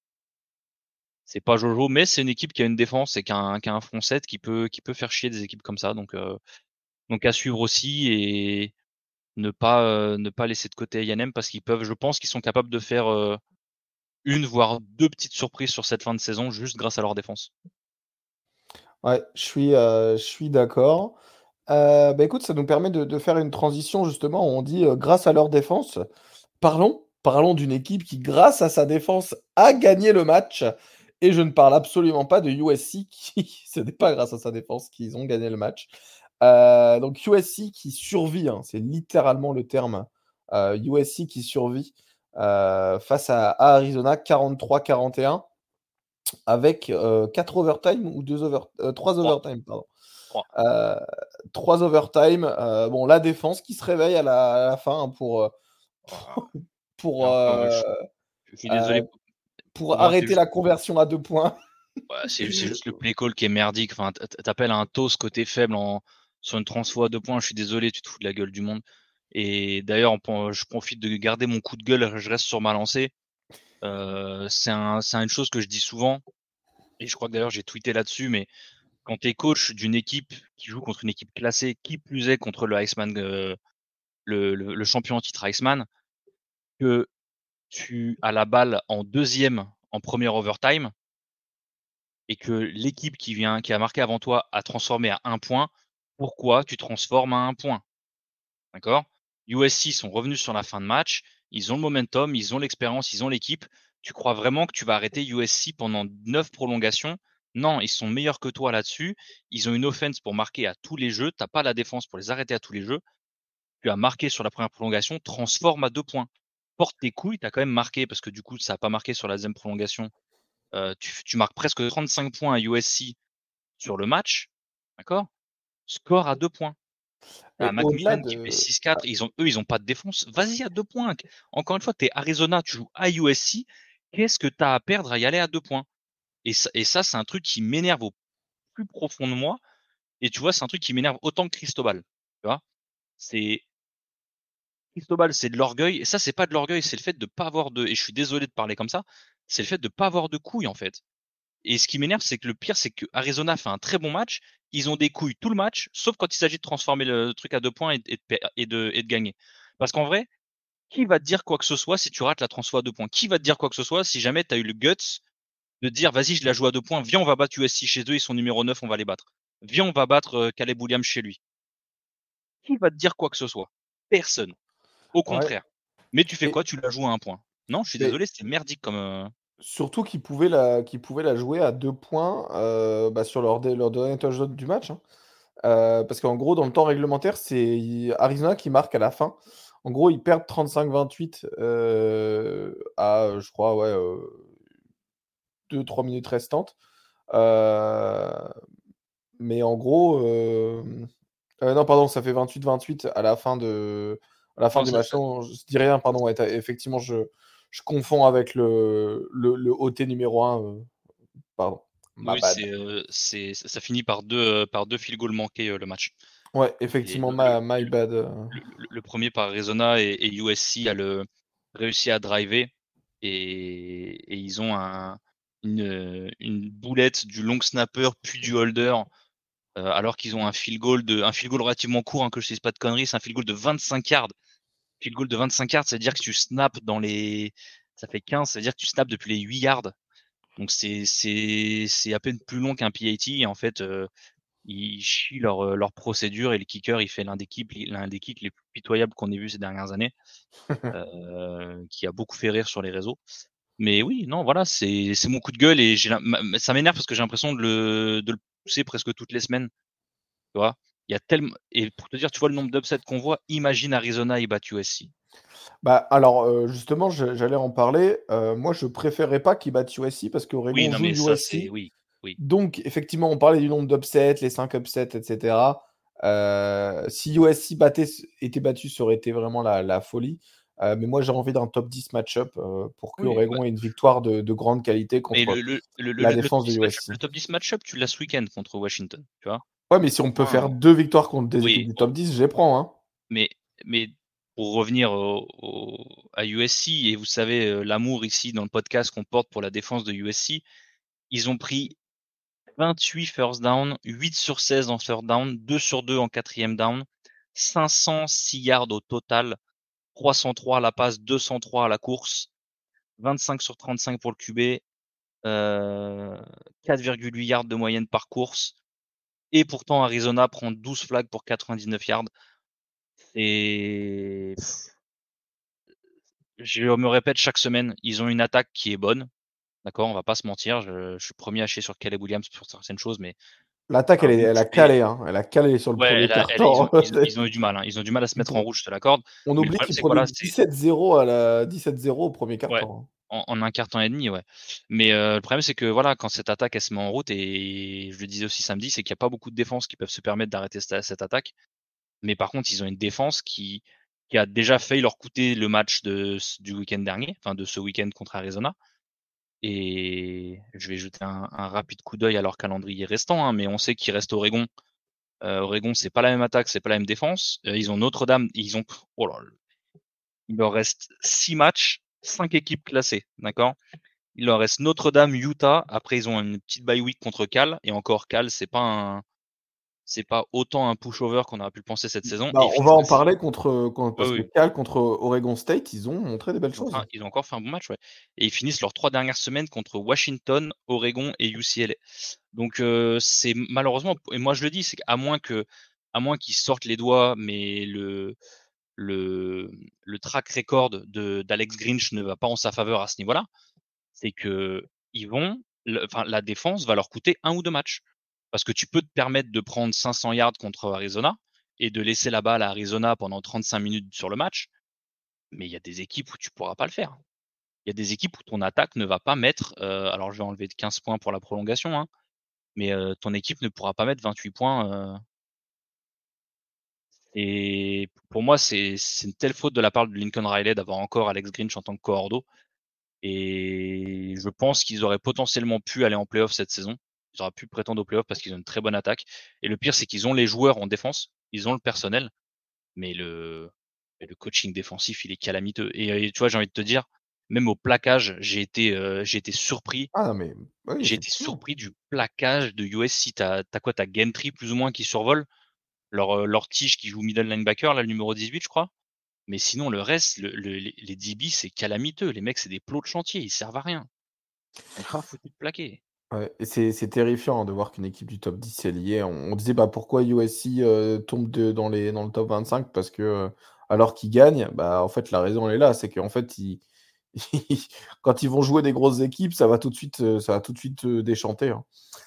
c'est pas Jojo, mais c'est une équipe qui a une défense et qui a un, qui a un front sept qui peut, qui peut faire chier des équipes comme ça. Donc, euh, donc à suivre aussi et ne pas, euh, ne pas laisser de côté A et M parce qu'ils peuvent, je pense qu'ils sont capables de faire, euh, une voire deux petites surprises sur cette fin de saison juste grâce à leur défense. Ouais, je suis, euh, je suis d'accord. Euh, bah écoute, ça nous permet de, de faire une transition justement. On dit euh, grâce à leur défense. Parlons, parlons d'une équipe qui, grâce à sa défense, a gagné le match. Et je ne parle absolument pas de U S C qui, ce n'est pas grâce à sa défense qu'ils ont gagné le match. Euh, donc U S C qui survit, hein, c'est littéralement le terme. Euh, U S C qui survit euh, face à, à Arizona quarante-trois à quarante et un avec euh, quatre overtime ou deux over, euh, trois Trois. overtime, pardon. Trois. Euh, trois overtime. Euh, bon, la défense qui se réveille à la, à la fin hein, pour, euh, Voilà. pour, Alors, euh, euh, je, je suis euh, désolé. pour Pour moi, c'est arrêter juste, la conversion à deux points. ouais, c'est, c'est juste le play call qui est merdique. Enfin, t- t'appelles un toss côté faible en, sur une transfo à deux points. Je suis désolé, tu te fous de la gueule du monde. Et d'ailleurs, on peut- je profite de garder mon coup de gueule. Je reste sur ma lancée. Euh, c'est un, c'est une chose que je dis souvent. Et je crois que d'ailleurs, j'ai tweeté là-dessus. Mais quand tu es coach d'une équipe qui joue contre une équipe classée, qui plus est contre le Iceman, euh, le, le, le champion en titre Iceman, que tu as la balle en deuxième en premier overtime et que l'équipe qui vient, qui a marqué avant toi a transformé à un point, pourquoi tu transformes à un point? D'accord? U S C sont revenus sur la fin de match, ils ont le momentum, ils ont l'expérience, ils ont l'équipe. Tu crois vraiment que tu vas arrêter U S C pendant neuf prolongations? Non, ils sont meilleurs que toi là-dessus. Ils ont une offense pour marquer à tous les jeux. T'as pas la défense pour les arrêter à tous les jeux. Tu as marqué sur la première prolongation, transforme à deux points. Porte tes couilles, tu as quand même marqué parce que du coup, ça n'a pas marqué sur la deuxième prolongation. Euh, tu, tu marques presque trente-cinq points à U S C sur le match. D'accord? Score à deux points. T'as Et au-delà Macmillan qui fait de. six quatre. Ils ont, eux, ils ont pas de défense. Vas-y à deux points. Encore une fois, tu es Arizona, tu joues à U S C. Qu'est-ce que tu as à perdre à y aller à deux points? Et ça, et ça c'est un truc qui m'énerve au plus profond de moi. Et tu vois, c'est un truc qui m'énerve autant que Cristobal. Tu vois? C'est Cristobal, c'est de l'orgueil. Et ça, c'est pas de l'orgueil, c'est le fait de pas avoir de. Et je suis désolé de parler comme ça. C'est le fait de pas avoir de couilles en fait. Et ce qui m'énerve, c'est que le pire, c'est que Arizona fait un très bon match. Ils ont des couilles tout le match, sauf quand il s'agit de transformer le truc à deux points et, et de, et, de, et de gagner. Parce qu'en vrai, qui va te dire quoi que ce soit si tu rates la transfo à deux points? Qui va te dire quoi que ce soit si jamais tu as eu le guts de dire vas-y, je la joue à deux points, viens, on va battre U S C chez eux, ils sont numéro neuf, on va les battre. Viens, on va battre euh, Caleb Williams chez lui. Qui va te dire quoi que ce soit? Personne. Au Ouais. contraire. Mais tu fais Et, quoi? Tu la joues à un point. Non, je suis mais désolé, c'était merdique comme. euh, surtout qu'ils pouvaient la, qu'ils pouvaient la jouer à deux points euh, bah, sur leur, dé- leur dernier touchdown du match. hein. Euh, parce qu'en gros, dans le temps réglementaire, c'est Arizona qui marque à la fin. En gros, ils perdent trente-cinq vingt-huit euh, à, je crois, ouais, euh, deux trois minutes restantes. Euh, mais en gros, euh, euh, non, pardon, ça fait vingt-huit vingt-huit à la fin de, à la fin Non, du ça, match. ça- Non, je dis rien, pardon. Ouais, t'as- effectivement, je, je confonds avec le, le, le O T numéro un. euh, pardon, ma oui, bad. c'est, euh, c'est, ça finit par deux, euh, par deux field goals manqués euh, le match. Ouais, Et effectivement, le, le, ma, my le, bad. euh. le- le premier par Arizona et, et U S C a le, réussi à driver et, et ils ont un, une, une boulette du long snapper puis du holder euh, alors qu'ils ont un field goal de, un field goal relativement court, hein, que je ne dise pas de conneries, c'est un field goal de vingt-cinq yards. Field goal de vingt-cinq yards, ça veut dire que tu snaps dans les, ça fait quinze, ça veut dire que tu snaps depuis les huit yards. Donc c'est c'est c'est à peine plus long qu'un P A T et en fait euh, ils chient leur euh, leur procédure et le kicker il fait l'un des kicks l'un des kicks les plus pitoyables qu'on ait vu ces dernières années euh, qui a beaucoup fait rire sur les réseaux. Mais oui, non, voilà, c'est c'est mon coup de gueule et j'ai l'im- ma- ça m'énerve parce que j'ai l'impression de le de le pousser presque toutes les semaines, tu vois. Il y a tellement et pour te dire, tu vois le nombre d'upsets qu'on voit, imagine Arizona et battu U S C. Bah, alors, euh, justement, je- j'allais en parler. Euh, moi, je préférais pas qu'ils battent U S C parce Oui, qu'Oregon non joue mais ça c'est U S C. oui, oui. Donc, effectivement, on parlait du nombre d'upsets, les cinq upsets, et cetera. Euh, si U S C battait, était battu, ça aurait été vraiment la, la folie. Euh, mais moi, j'ai envie d'un top dix match-up euh, pour que Oui, bah, Oregon ait une victoire de, de grande qualité mais le contre le le, le, la le top défense de dix match, U S C. le top dix match-up, tu l'as ce week-end contre Washington, tu vois. Ouais, mais si on peut faire Enfin, deux victoires contre des équipes oui, du oh, top dix, je les prends. Hein. mais, mais pour revenir au, au- à U S C, et vous savez, euh, l'amour ici dans le podcast qu'on porte pour la défense de U S C, ils ont pris vingt-huit first down, huit sur seize en third down, deux sur deux en quatrième down, cinq cent six yards au total, trois cent trois à la passe, deux cent trois à la course, vingt-cinq sur trente-cinq pour le Q B, euh, quatre virgule huit yards de moyenne par course. Et pourtant, Arizona prend douze flags pour quatre-vingt-dix-neuf yards. Et je me répète chaque semaine, ils ont une attaque qui est bonne. D'accord, on va pas se mentir. Je, je suis premier à chier sur Caleb Williams pour certaines choses, mais L'attaque, un elle, est- bon elle a Q B. calé, hein. Elle a calé sur le Ouais, premier elle a- elle- ils, ont, quart-temps. ils, ils ont eu du mal. Hein. Ils ont du mal à se Ils mettre en ont- rouge, je te l'accorde. On Mais le oublie problème, qu'ils c'est que prenaient voilà, c'est dix-sept zéro à la dix-sept zéro au premier ouais, quart-temps, hein. en, en un quart temps et demi, ouais. Mais euh, le problème, c'est que voilà, quand cette attaque elle se met en route, et je le disais aussi samedi, c'est qu'il n'y a pas beaucoup de défenses qui peuvent se permettre d'arrêter cette, cette attaque. Mais par contre, ils ont une défense qui, qui a déjà failli leur coûter le match de, du week-end dernier, enfin de ce week-end contre Arizona. Et je vais jeter un, un rapide coup d'œil à leur calendrier restant, hein, mais on sait qu'il reste Oregon. Euh, Oregon, c'est pas la même attaque, c'est pas la même défense. Euh, ils ont Notre-Dame, ils ont, oh là, il leur reste six matchs, cinq équipes classées, d'accord? Il leur reste Notre-Dame, Utah. Après, ils ont une petite bye week contre Cal. Et encore, Cal, c'est pas un, c'est pas autant un pushover qu'on aurait pu le penser cette saison. Bah, Et ils on va finissent en la saison. parler contre, contre- Ouais, parce que oui. Cal contre Oregon State, ils ont montré des belles Ils ont, fait un- choses. ils ont encore fait un bon match, ouais. Et ils finissent leurs trois dernières semaines contre Washington, Oregon et U C L A. Donc, euh, c'est malheureusement, et moi je le dis, c'est qu'à moins que, à moins qu'ils sortent les doigts, mais le, le, le track record de, d'Alex Grinch ne va pas en sa faveur à ce niveau-là, c'est que ils vont, le- enfin, la défense va leur coûter un ou deux matchs. Parce que tu peux te permettre de prendre cinq cents yards contre Arizona et de laisser la balle à Arizona pendant trente-cinq minutes sur le match. Mais il y a des équipes où tu pourras pas le faire. Il y a des équipes où ton attaque ne va pas mettre, euh, alors je vais enlever quinze points pour la prolongation, hein, mais euh, ton équipe ne pourra pas mettre vingt-huit points. Euh, et pour moi, c'est c'est une telle faute de la part de Lincoln Riley d'avoir encore Alex Grinch en tant que cordeau. Et je pense qu'ils auraient potentiellement pu aller en playoff cette saison. Ils auraient pu prétendre au playoff parce qu'ils ont une très bonne attaque. Et le pire, c'est qu'ils ont les joueurs en défense, ils ont le personnel, mais le, mais le coaching défensif, il est calamiteux. Et, et tu vois, j'ai envie de te dire, même au plaquage, j'ai été, euh, j'ai été surpris. Ah non, mais oui, J'ai été effectivement. surpris du plaquage de U S C. T'as, t'as quoi? T'as Gentry plus ou moins qui survole, leur, euh, leur tige qui joue middle linebacker, là, le numéro dix-huit, je crois. Mais sinon, le reste, le, le- les les D B, c'est calamiteux. Les mecs, c'est des plots de chantier, ils servent à rien. Ils sont pas foutus de plaquer. Ouais, et c'est c'est terrifiant, hein, de voir qu'une équipe du top dix est liée. On, on disait bah, pourquoi U S C euh, tombe de- dans, les, dans le top vingt-cinq parce que euh, alors qu'ils gagnent, bah, en fait la raison elle est là, c'est qu'en fait ils, quand ils vont jouer des grosses équipes, ça va tout de suite, euh, ça va tout de suite euh, déchanter, hein.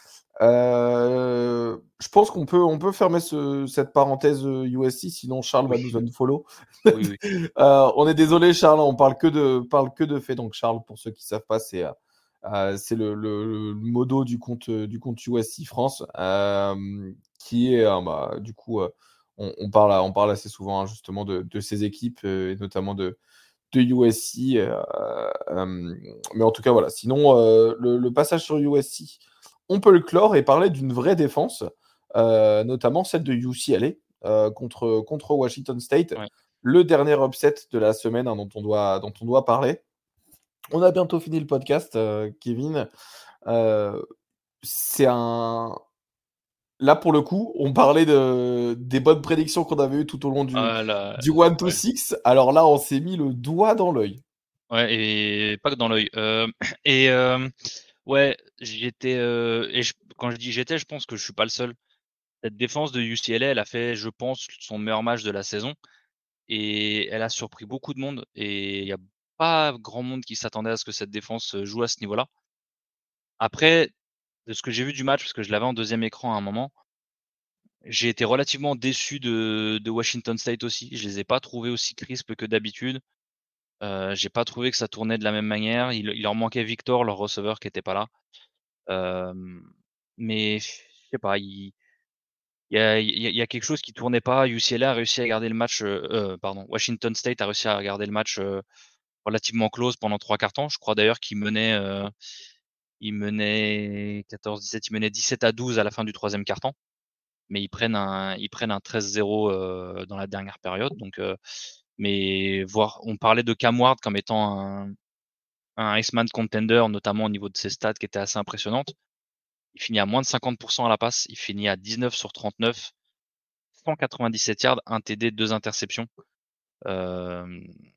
Euh, je pense qu'on peut, on peut fermer ce- cette parenthèse euh, U S C, sinon Charles va Oui, nous unfollow. oui, oui. Euh, on est désolé, Charles, on parle que de, parle que de faits. Donc, Charles, pour ceux qui savent pas, c'est euh, euh, c'est le, le, le modo du compte, euh, du compte U S C France, euh, qui est, euh, bah, du coup, euh, on, on parle, on parle assez souvent, hein, justement de, de ces équipes, euh, et notamment de, de U S C. Euh, euh, mais en tout cas, voilà. Sinon, euh, le, le passage sur U S C, on peut le clore et parler d'une vraie défense, euh, notamment celle de U C L A euh, contre, contre Washington State. Ouais. Le dernier upset de la semaine, hein, dont, on doit, dont on doit parler. On a bientôt fini le podcast, euh, Kevin. Euh, c'est un. Là, pour le coup, on parlait de, des bonnes prédictions qu'on avait eues tout au long du, Ah là, du one to ouais. six. Alors là, on s'est mis le doigt dans l'œil. Ouais, et pas que dans l'œil. Euh, et euh, ouais, j'étais. Euh, et je- quand je dis j'étais, je pense que je suis pas le seul. Cette défense de U C L A, elle a fait, je pense, son meilleur match de la saison. Et elle a surpris beaucoup de monde. Et il y a pas grand monde qui s'attendait à ce que cette défense joue à ce niveau-là. Après, de ce que j'ai vu du match, parce que je l'avais en deuxième écran à un moment, j'ai été relativement déçu de, de Washington State aussi. Je les ai pas trouvés aussi crispes que d'habitude. Euh, j'ai pas trouvé que ça tournait de la même manière. Il, il leur manquait Victor, leur receveur, qui était pas là. Euh, mais je sais pas, il, il y a, il y a- il y a quelque chose qui tournait pas. U C L A a réussi à garder le match. Euh, euh, pardon, Washington State a réussi à garder le match euh, relativement close pendant trois quarts temps. Je crois d'ailleurs qu'il menait, euh, il menait quatorze dix-sept, il menait dix-sept à douze à la fin du troisième quart temps. Mais ils prennent un, ils prennent un treize zéro euh, dans la dernière période. Donc, euh, mais voir, on parlait de Cam Ward comme étant un, un Iceman contender, notamment au niveau de ses stats qui étaient assez impressionnantes. Il finit à moins de cinquante pour cent à la passe. Il finit à dix-neuf sur trente-neuf, cent quatre-vingt-dix-sept yards, un T D, deux interceptions. Euh,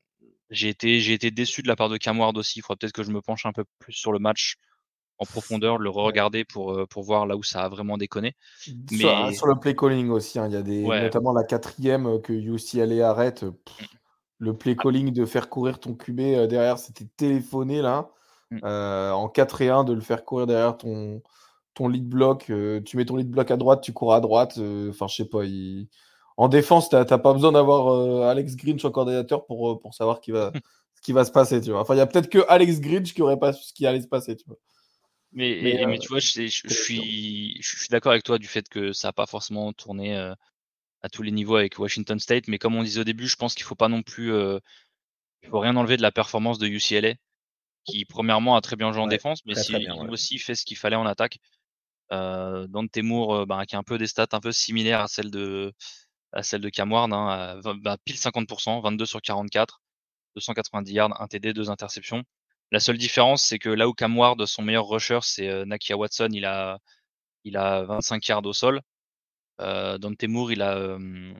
J'ai été, j'ai été déçu de la part de Cam Ward aussi. Il faudra peut-être que je me penche un peu plus sur le match en profondeur, le Ouais. re-regarder pour, euh, pour voir là où ça a vraiment déconné. Sur, ah, Mais sur le play calling aussi, hein, il y a des, ouais, notamment la quatrième euh, que U C L A arrête. euh, pff, mm, le play ah, calling de faire courir ton Q B euh, derrière, c'était téléphoné là. mm. Euh, en quatre et un, de le faire courir derrière ton, ton lead block. Euh, tu mets ton lead block à droite, tu cours à droite. euh, Enfin, je sais pas. il- En défense, t'as t'as pas besoin d'avoir euh, Alex Grinch en coordinateur pour, euh, pour savoir qui va, ce qui va se passer. Tu vois. Enfin, il y a peut-être que Alex Grinch qui aurait pas su ce qui allait se passer. Tu vois. Mais, Mais et- mais euh, tu vois, je, sais- je, je c'était chiant. suis, je suis d'accord avec toi du fait que ça n'a pas forcément tourné euh, à tous les niveaux avec Washington State. Mais comme on disait au début, je pense qu'il faut pas non plus, euh, il faut rien enlever de la performance de U C L A, qui premièrement a très bien joué en Ouais, défense, mais très très si, bien. il Ouais. a aussi fait ce qu'il fallait en attaque. Euh, Dante Moore, euh, bah, qui a un peu des stats un peu similaires à celles de, à celle de Cam Ward, hein, à vingt- bah, pile cinquante pour cent, vingt-deux sur quarante-quatre, deux cent quatre-vingt-dix yards, un T D, deux interceptions. La seule différence, c'est que là où Cam Ward, son meilleur rusher, c'est euh, Nakia Watson, il a, il a vingt-cinq yards au sol. Euh, Dante Moore, il a, euh,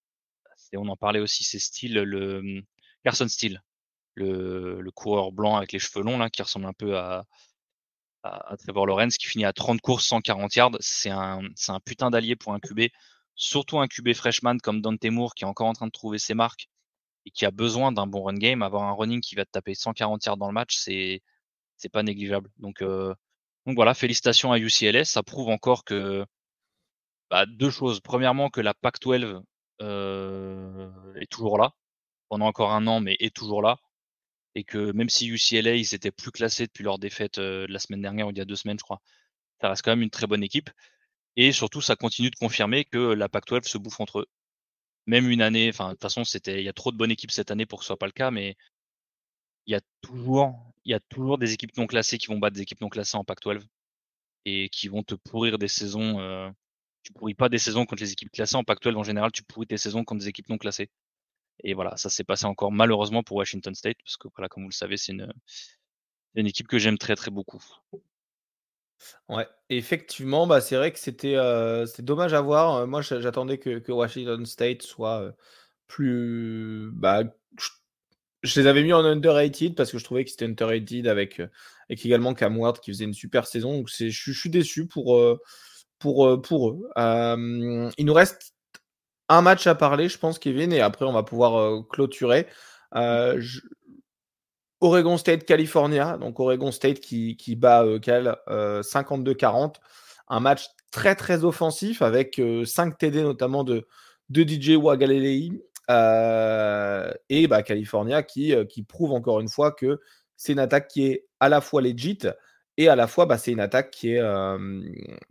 et on en parlait aussi, c'est Steele, le Carson Steele, le, le coureur blanc avec les cheveux longs là, qui ressemble un peu à, à, à Trevor Lawrence, qui finit à trente courses, cent quarante yards. C'est un, c'est un putain d'allié pour un Q B, surtout un Q B freshman comme Dante Moore qui est encore en train de trouver ses marques et qui a besoin d'un bon run game. Avoir un running qui va te taper cent quarante yards dans le match, c'est c'est pas négligeable. Donc euh, donc voilà, félicitations à U C L A. Ça prouve encore que bah, deux choses. Premièrement, que la Pac douze euh, est toujours là pendant encore un an, mais est toujours là. Et que même si U C L A, ils étaient plus classés depuis leur défaite euh, de la semaine dernière ou il y a deux semaines, je crois, ça reste quand même une très bonne équipe. Et surtout, ça continue de confirmer que la Pac douze se bouffe entre eux. Même une année, enfin, de toute façon, c'était, il y a trop de bonnes équipes cette année pour que ce soit pas le cas, mais il y a toujours, il y a toujours des équipes non classées qui vont battre des équipes non classées en Pac douze et qui vont te pourrir des saisons. Euh, tu pourris pas des saisons contre les équipes classées en Pac douze en général, tu pourris tes saisons contre des équipes non classées. Et voilà, ça s'est passé encore malheureusement pour Washington State, parce que voilà, comme vous le savez, c'est une, une équipe que j'aime très très beaucoup. Ouais, effectivement, bah, c'est vrai que c'était euh, c'était dommage à voir. Euh, Moi, j'a- j'attendais que, que Washington State soit euh, plus. Bah, je, je les avais mis en underrated parce que je trouvais que c'était underrated avec, euh, avec également Cam Ward qui faisait une super saison. Donc, c'est, je, suis je suis déçu pour, euh, pour, euh, pour eux. Euh, il nous reste un match à parler, je pense, Kevin, et après, on va pouvoir euh, clôturer. Mm. Euh, je- Oregon State, California. Donc Oregon State qui, qui bat euh, Cal euh, cinquante-deux quarante. Un match très très offensif avec euh, cinq T D notamment de, de D J Wagalelei. Euh, et bah, California qui, euh, qui prouve encore une fois que c'est une attaque qui est à la fois legit et à la fois bah, c'est une attaque qui, est, euh,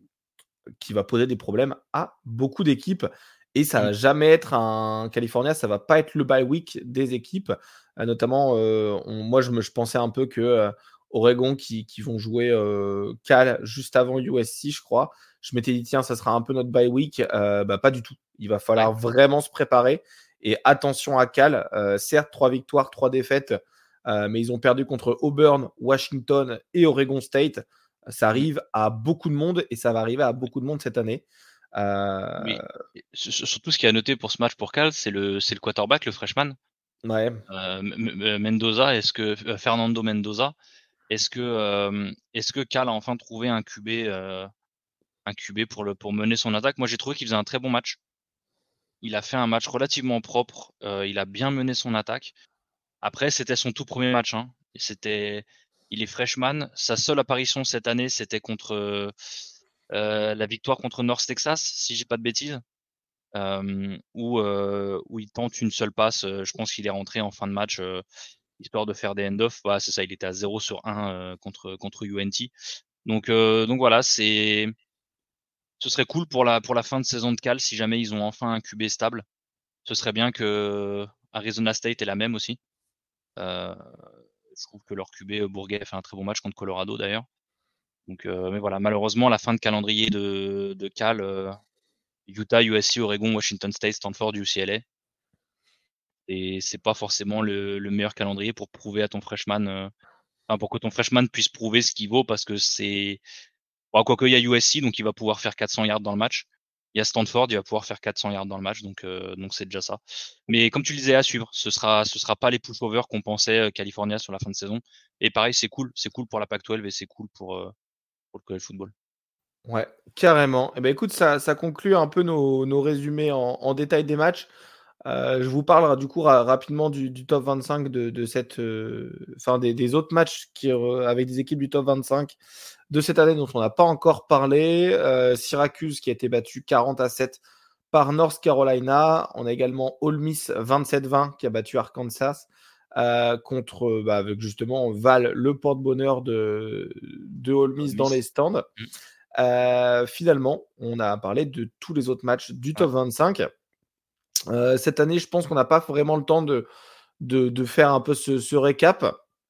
qui va poser des problèmes à beaucoup d'équipes. Et ça Mm. va jamais être un California, ça va pas être le bye week des équipes. Euh, notamment, euh, on- moi, je, me, je pensais un peu que euh, Oregon qui, qui vont jouer euh, Cal juste avant U S C, je crois. Je m'étais dit, tiens, ça sera un peu notre bye week. Euh, bah, pas du tout. Il va Ouais. falloir vraiment se préparer. Et attention à Cal. Euh, certes, trois victoires, trois défaites, euh, mais ils ont perdu contre Auburn, Washington et Oregon State. Ça Mm. arrive à beaucoup de monde et ça va arriver à beaucoup de monde cette année. Euh, Mais s- s- surtout, ce qui a noté pour ce match pour Cal, c'est le, c'est le quarterback, le freshman, ouais. euh, M- M- Mendoza. Est-ce que euh, Fernando Mendoza, est-ce que, euh, est-ce que Cal a enfin trouvé un Q B, euh, un Q B pour le, pour mener son attaque? Moi, j'ai trouvé qu'il faisait un très bon match. Il a fait un match relativement propre. Euh, il a bien mené son attaque. Après, c'était son tout premier match, hein. Et c'était, il est freshman. Sa seule apparition cette année, c'était contre euh, la victoire contre North Texas, si j'ai pas de bêtises, euh, où, euh, où il tente une seule passe. Euh, Je pense qu'il est rentré en fin de match, euh, histoire de faire des end-off. Voilà, c'est ça, il était à zéro sur un euh, contre, contre U N T. Donc, euh, donc voilà, c'est, ce serait cool pour la, pour la fin de saison de Cal si jamais ils ont enfin un Q B stable. Ce serait bien que Arizona State ait la même aussi. Euh, je trouve que leur Q B euh, Bourget fait un très bon match contre Colorado d'ailleurs. Donc, euh, mais voilà, malheureusement, la fin de calendrier de, de Cal, euh, Utah, U S C, Oregon, Washington State, Stanford, U C L A. Et c'est pas forcément le, le meilleur calendrier pour prouver à ton freshman, euh, enfin, pour que ton freshman puisse prouver ce qu'il vaut parce que c'est, bon, quoique il y a U S C, donc il va pouvoir faire quatre cents yards dans le match. Il y a Stanford, il va pouvoir faire quatre cents yards dans le match, donc euh, donc c'est déjà ça. Mais comme tu le disais, à suivre. Ce sera ce sera pas les pushovers qu'on pensait euh, California sur la fin de saison. Et pareil, c'est cool, c'est cool pour la Pac douze et c'est cool pour euh, pour le college football. Ouais, carrément. Eh ben, écoute, ça, ça conclut un peu nos, nos résumés en, en détail des matchs. Euh, je vous parle du coup ra- rapidement du, du top vingt-cinq de, de cette, euh, enfin des, des autres matchs qui, euh, avec des équipes du top vingt-cinq de cette année dont on n'a pas encore parlé. Euh, Syracuse qui a été battu quarante à sept par North Carolina. On a également Ole Miss vingt-sept vingt qui a battu Arkansas. Euh, contre bah, avec justement Val, le porte-bonheur de, de Ole Miss dans les stands. Mm. Euh, finalement, on a parlé de tous les autres matchs du top Ouais. vingt-cinq. Euh, cette année, je pense qu'on n'a pas vraiment le temps de, de, de faire un peu ce, ce récap.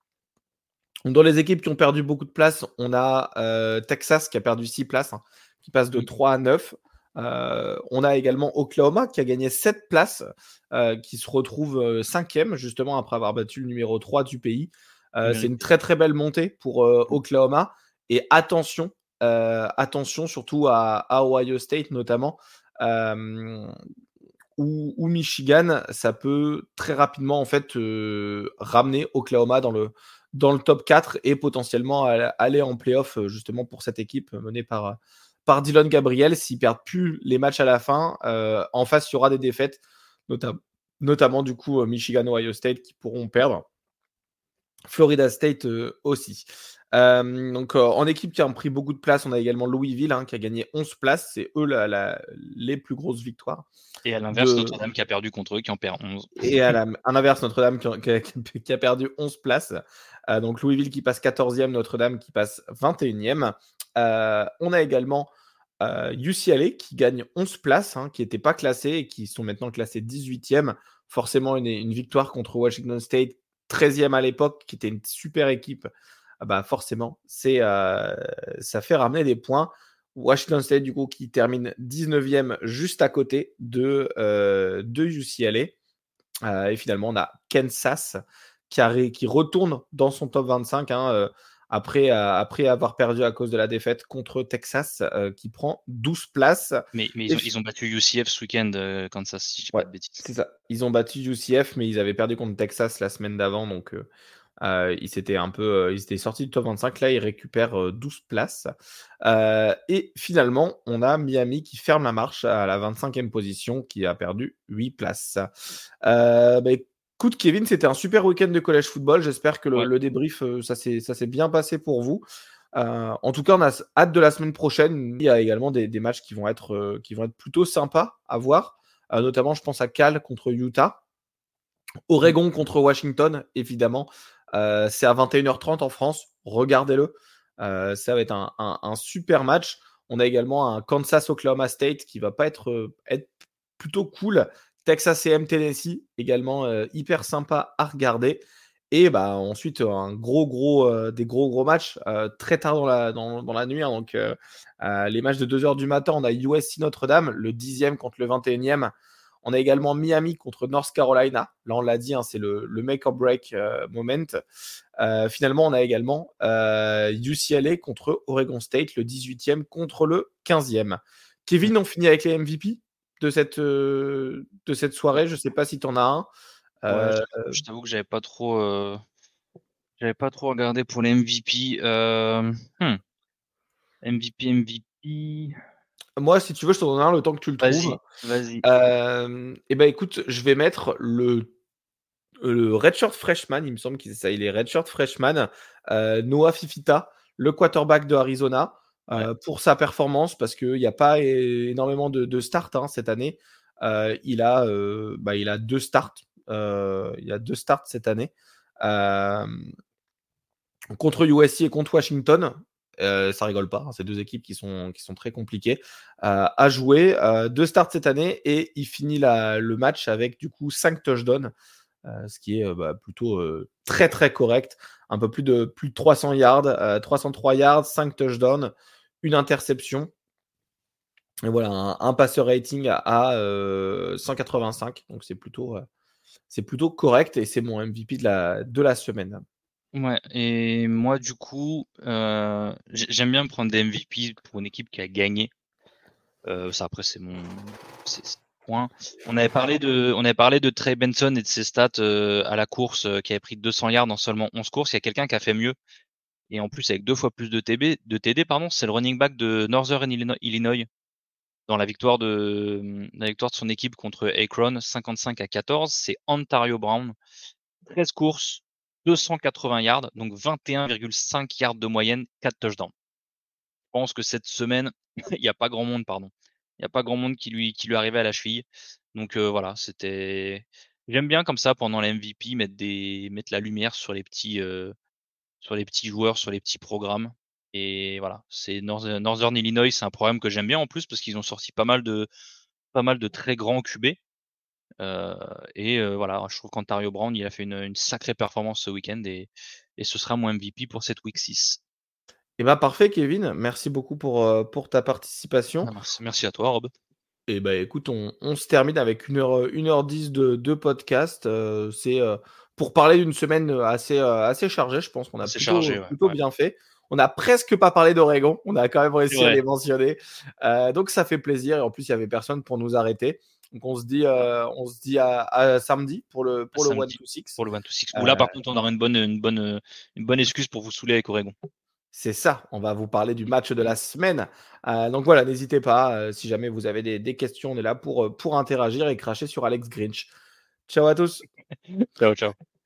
Dans les équipes qui ont perdu beaucoup de places, on a euh, Texas qui a perdu six places, hein, qui passe de Mm. trois à neuf. Euh, on a également Oklahoma qui a gagné sept places, euh, qui se retrouve euh, cinquième, justement, après avoir battu le numéro trois du pays. Euh, c'est une très très belle montée pour euh, Oklahoma. Et attention, euh, attention surtout à, à Ohio State notamment, euh, ou, ou Michigan, ça peut très rapidement en fait euh, ramener Oklahoma dans le, dans le top quatre et potentiellement aller en playoff euh, justement pour cette équipe menée par, par Dylan Gabriel. S'ils perdent plus les matchs à la fin, euh, en face, il y aura des défaites, notam- notamment du coup Michigan, Ohio State qui pourront perdre. Florida State euh, aussi. Euh, donc euh, en équipe qui a pris beaucoup de place, on a également Louisville hein, qui a gagné onze places. C'est eux la, la, les plus grosses victoires. Et à l'inverse, De... Notre-Dame qui a perdu contre eux, qui en perd onze. Et à, la, à l'inverse, Notre-Dame qui, qui, qui a perdu onze places. Euh, donc Louisville qui passe quatorzième, Notre-Dame qui passe vingt et unième. Euh, on a également euh, U C L A qui gagne onze places, hein, qui n'étaient pas classés et qui sont maintenant classés dix-huitième. Forcément une, une victoire contre Washington State, treizième à l'époque, qui était une super équipe. Ah bah forcément, c'est, euh, ça fait ramener des points. Washington State, du coup, qui termine dix-neuvième juste à côté de, euh, de U C L A. Euh, et finalement, on a Kansas qui, a, qui retourne dans son top vingt-cinq hein, euh, après, euh, après avoir perdu à cause de la défaite contre Texas, euh, qui prend douze places. Mais, mais ils, ont, ils ont battu U C F ce week-end, euh, Kansas, si je dis Ouais, pas de bêtises. c'est ça. Ils ont battu U C F, mais ils avaient perdu contre Texas la semaine d'avant, donc euh, euh, ils s'étaient un peu, euh, ils étaient sortis du top vingt-cinq. Là, ils récupèrent euh, douze places. Euh, et finalement, on a Miami qui ferme la marche à la vingt-cinquième position, qui a perdu huit places. Euh, bah, écoute, Kevin, c'était un super week-end de college football. J'espère que le, Ouais. le débrief, euh, ça s'est, ça s'est bien passé pour vous. Euh, en tout cas, on a hâte de la semaine prochaine. Il y a également des, des matchs qui vont être, euh, qui vont être plutôt sympas à voir. Euh, notamment, je pense à Cal contre Utah. Oregon contre Washington, évidemment. Euh, c'est à vingt et une heures trente en France. Regardez-le. Euh, ça va être un, un, un, super match. On a également un Kansas-Oklahoma State qui va pas être, euh, être plutôt cool. Texas A and M Tennessee, également euh, hyper sympa à regarder. Et bah, ensuite, un gros, gros, euh, des gros, gros matchs euh, très tard dans la, dans, dans la nuit. Hein, donc, euh, euh, les matchs de deux heures du matin, on a U S C Notre-Dame, le dixième contre le vingt et unième. On a également Miami contre North Carolina. Là, on l'a dit, hein, c'est le, le make or break euh, moment. Euh, finalement, on a également euh, U C L A contre Oregon State, le dix-huitième contre le quinzième. Kevin, on finit avec les M V P de cette, euh, de cette soirée. Je ne sais pas si tu en as un. Ouais, Euh, je, je t'avoue que j'avais pas trop, euh, j'avais pas trop regardé pour les M V P. Euh, hmm, M V P, M V P. moi, si tu veux, je t'en donne un le temps que tu le trouves. Vas-y, vas-y. Euh, et ben écoute, je vais mettre le le redshirt freshman, il me semble qu'il est ça, il est redshirt freshman, euh, Noah Fifita, le quarterback de Arizona, Ouais. euh, pour sa performance, parce qu'il n'y a pas é- énormément de, de starts hein, cette année. Euh, il, a, euh, bah, il a deux starts. Euh, il a deux starts cette année. Euh, contre U S C et contre Washington. Euh, ça rigole pas, hein, c'est deux équipes qui sont, qui sont très compliquées euh, à jouer. Euh, deux starts cette année et il finit la, le match avec du coup cinq touchdowns. Euh, ce qui est euh, bah, plutôt euh, très très correct. Un peu plus de plus de trois cents yards, euh, trois cent trois yards, cinq touchdowns, une interception. Et voilà, un, un passer rating à, à euh, cent quatre-vingt-cinq. Donc c'est plutôt, euh, c'est plutôt correct et c'est mon M V P de la, de la semaine. Ouais, et moi, du coup, euh, j'ai- j'aime bien prendre des M V P pour une équipe qui a gagné. Euh, ça après c'est mon c'est, c'est point. On avait parlé de on avait parlé de Trey Benson et de ses stats euh, à la course euh, qui avait pris deux cents yards en seulement onze courses. Il y a quelqu'un qui a fait mieux et en plus avec deux fois plus de T B de T D pardon, c'est le running back de Northern Illinois dans la victoire de la victoire de son équipe contre Akron cinquante-cinq à quatorze, c'est Ontario Brown. treize courses, deux cent quatre-vingts yards, donc vingt et un virgule cinq yards de moyenne, quatre touchdowns. Je pense que cette semaine, il n'y a pas grand monde, pardon. Il n'y a pas grand monde qui lui, qui lui arrivait à la cheville. Donc euh, voilà, c'était. J'aime bien comme ça pendant la M V P mettre des mettre la lumière sur les petits euh, sur les petits joueurs, sur les petits programmes. Et voilà, c'est Northern, Northern Illinois, c'est un programme que j'aime bien en plus parce qu'ils ont sorti pas mal de pas mal de très grands Q B. Euh, et euh, voilà, je trouve qu'Ontario Brown, il a fait une, une sacrée performance ce week-end et, et ce sera mon M V P pour cette week six. Et bah parfait, Kevin. Merci beaucoup pour, euh, pour ta participation. Ah, merci, merci à toi, Rob. Et bah écoute, on, on se termine avec une heure, une heure dix de, de podcast. Euh, c'est euh, pour parler d'une semaine assez, euh, assez chargée. Je pense qu'on a C'est plutôt, chargé, ouais. plutôt ouais. bien fait. On n'a presque pas parlé d'Oregon. On a quand même réussi à Ouais. les mentionner. Euh, donc ça fait plaisir. Et en plus, il n'y avait personne pour nous arrêter. Donc on se dit, euh, on se dit à, à samedi pour le, pour le one Samedi to six. pour le one to six. Euh, Où là, par contre, on aura une bonne, une bonne, une bonne excuse pour vous saouler avec Oregon. C'est ça, on va vous parler du match de la semaine. Euh, donc voilà, n'hésitez pas, euh, si jamais vous avez des, des questions, on est là pour, euh, pour interagir et cracher sur Alex Grinch. Ciao à tous. Ciao, ciao.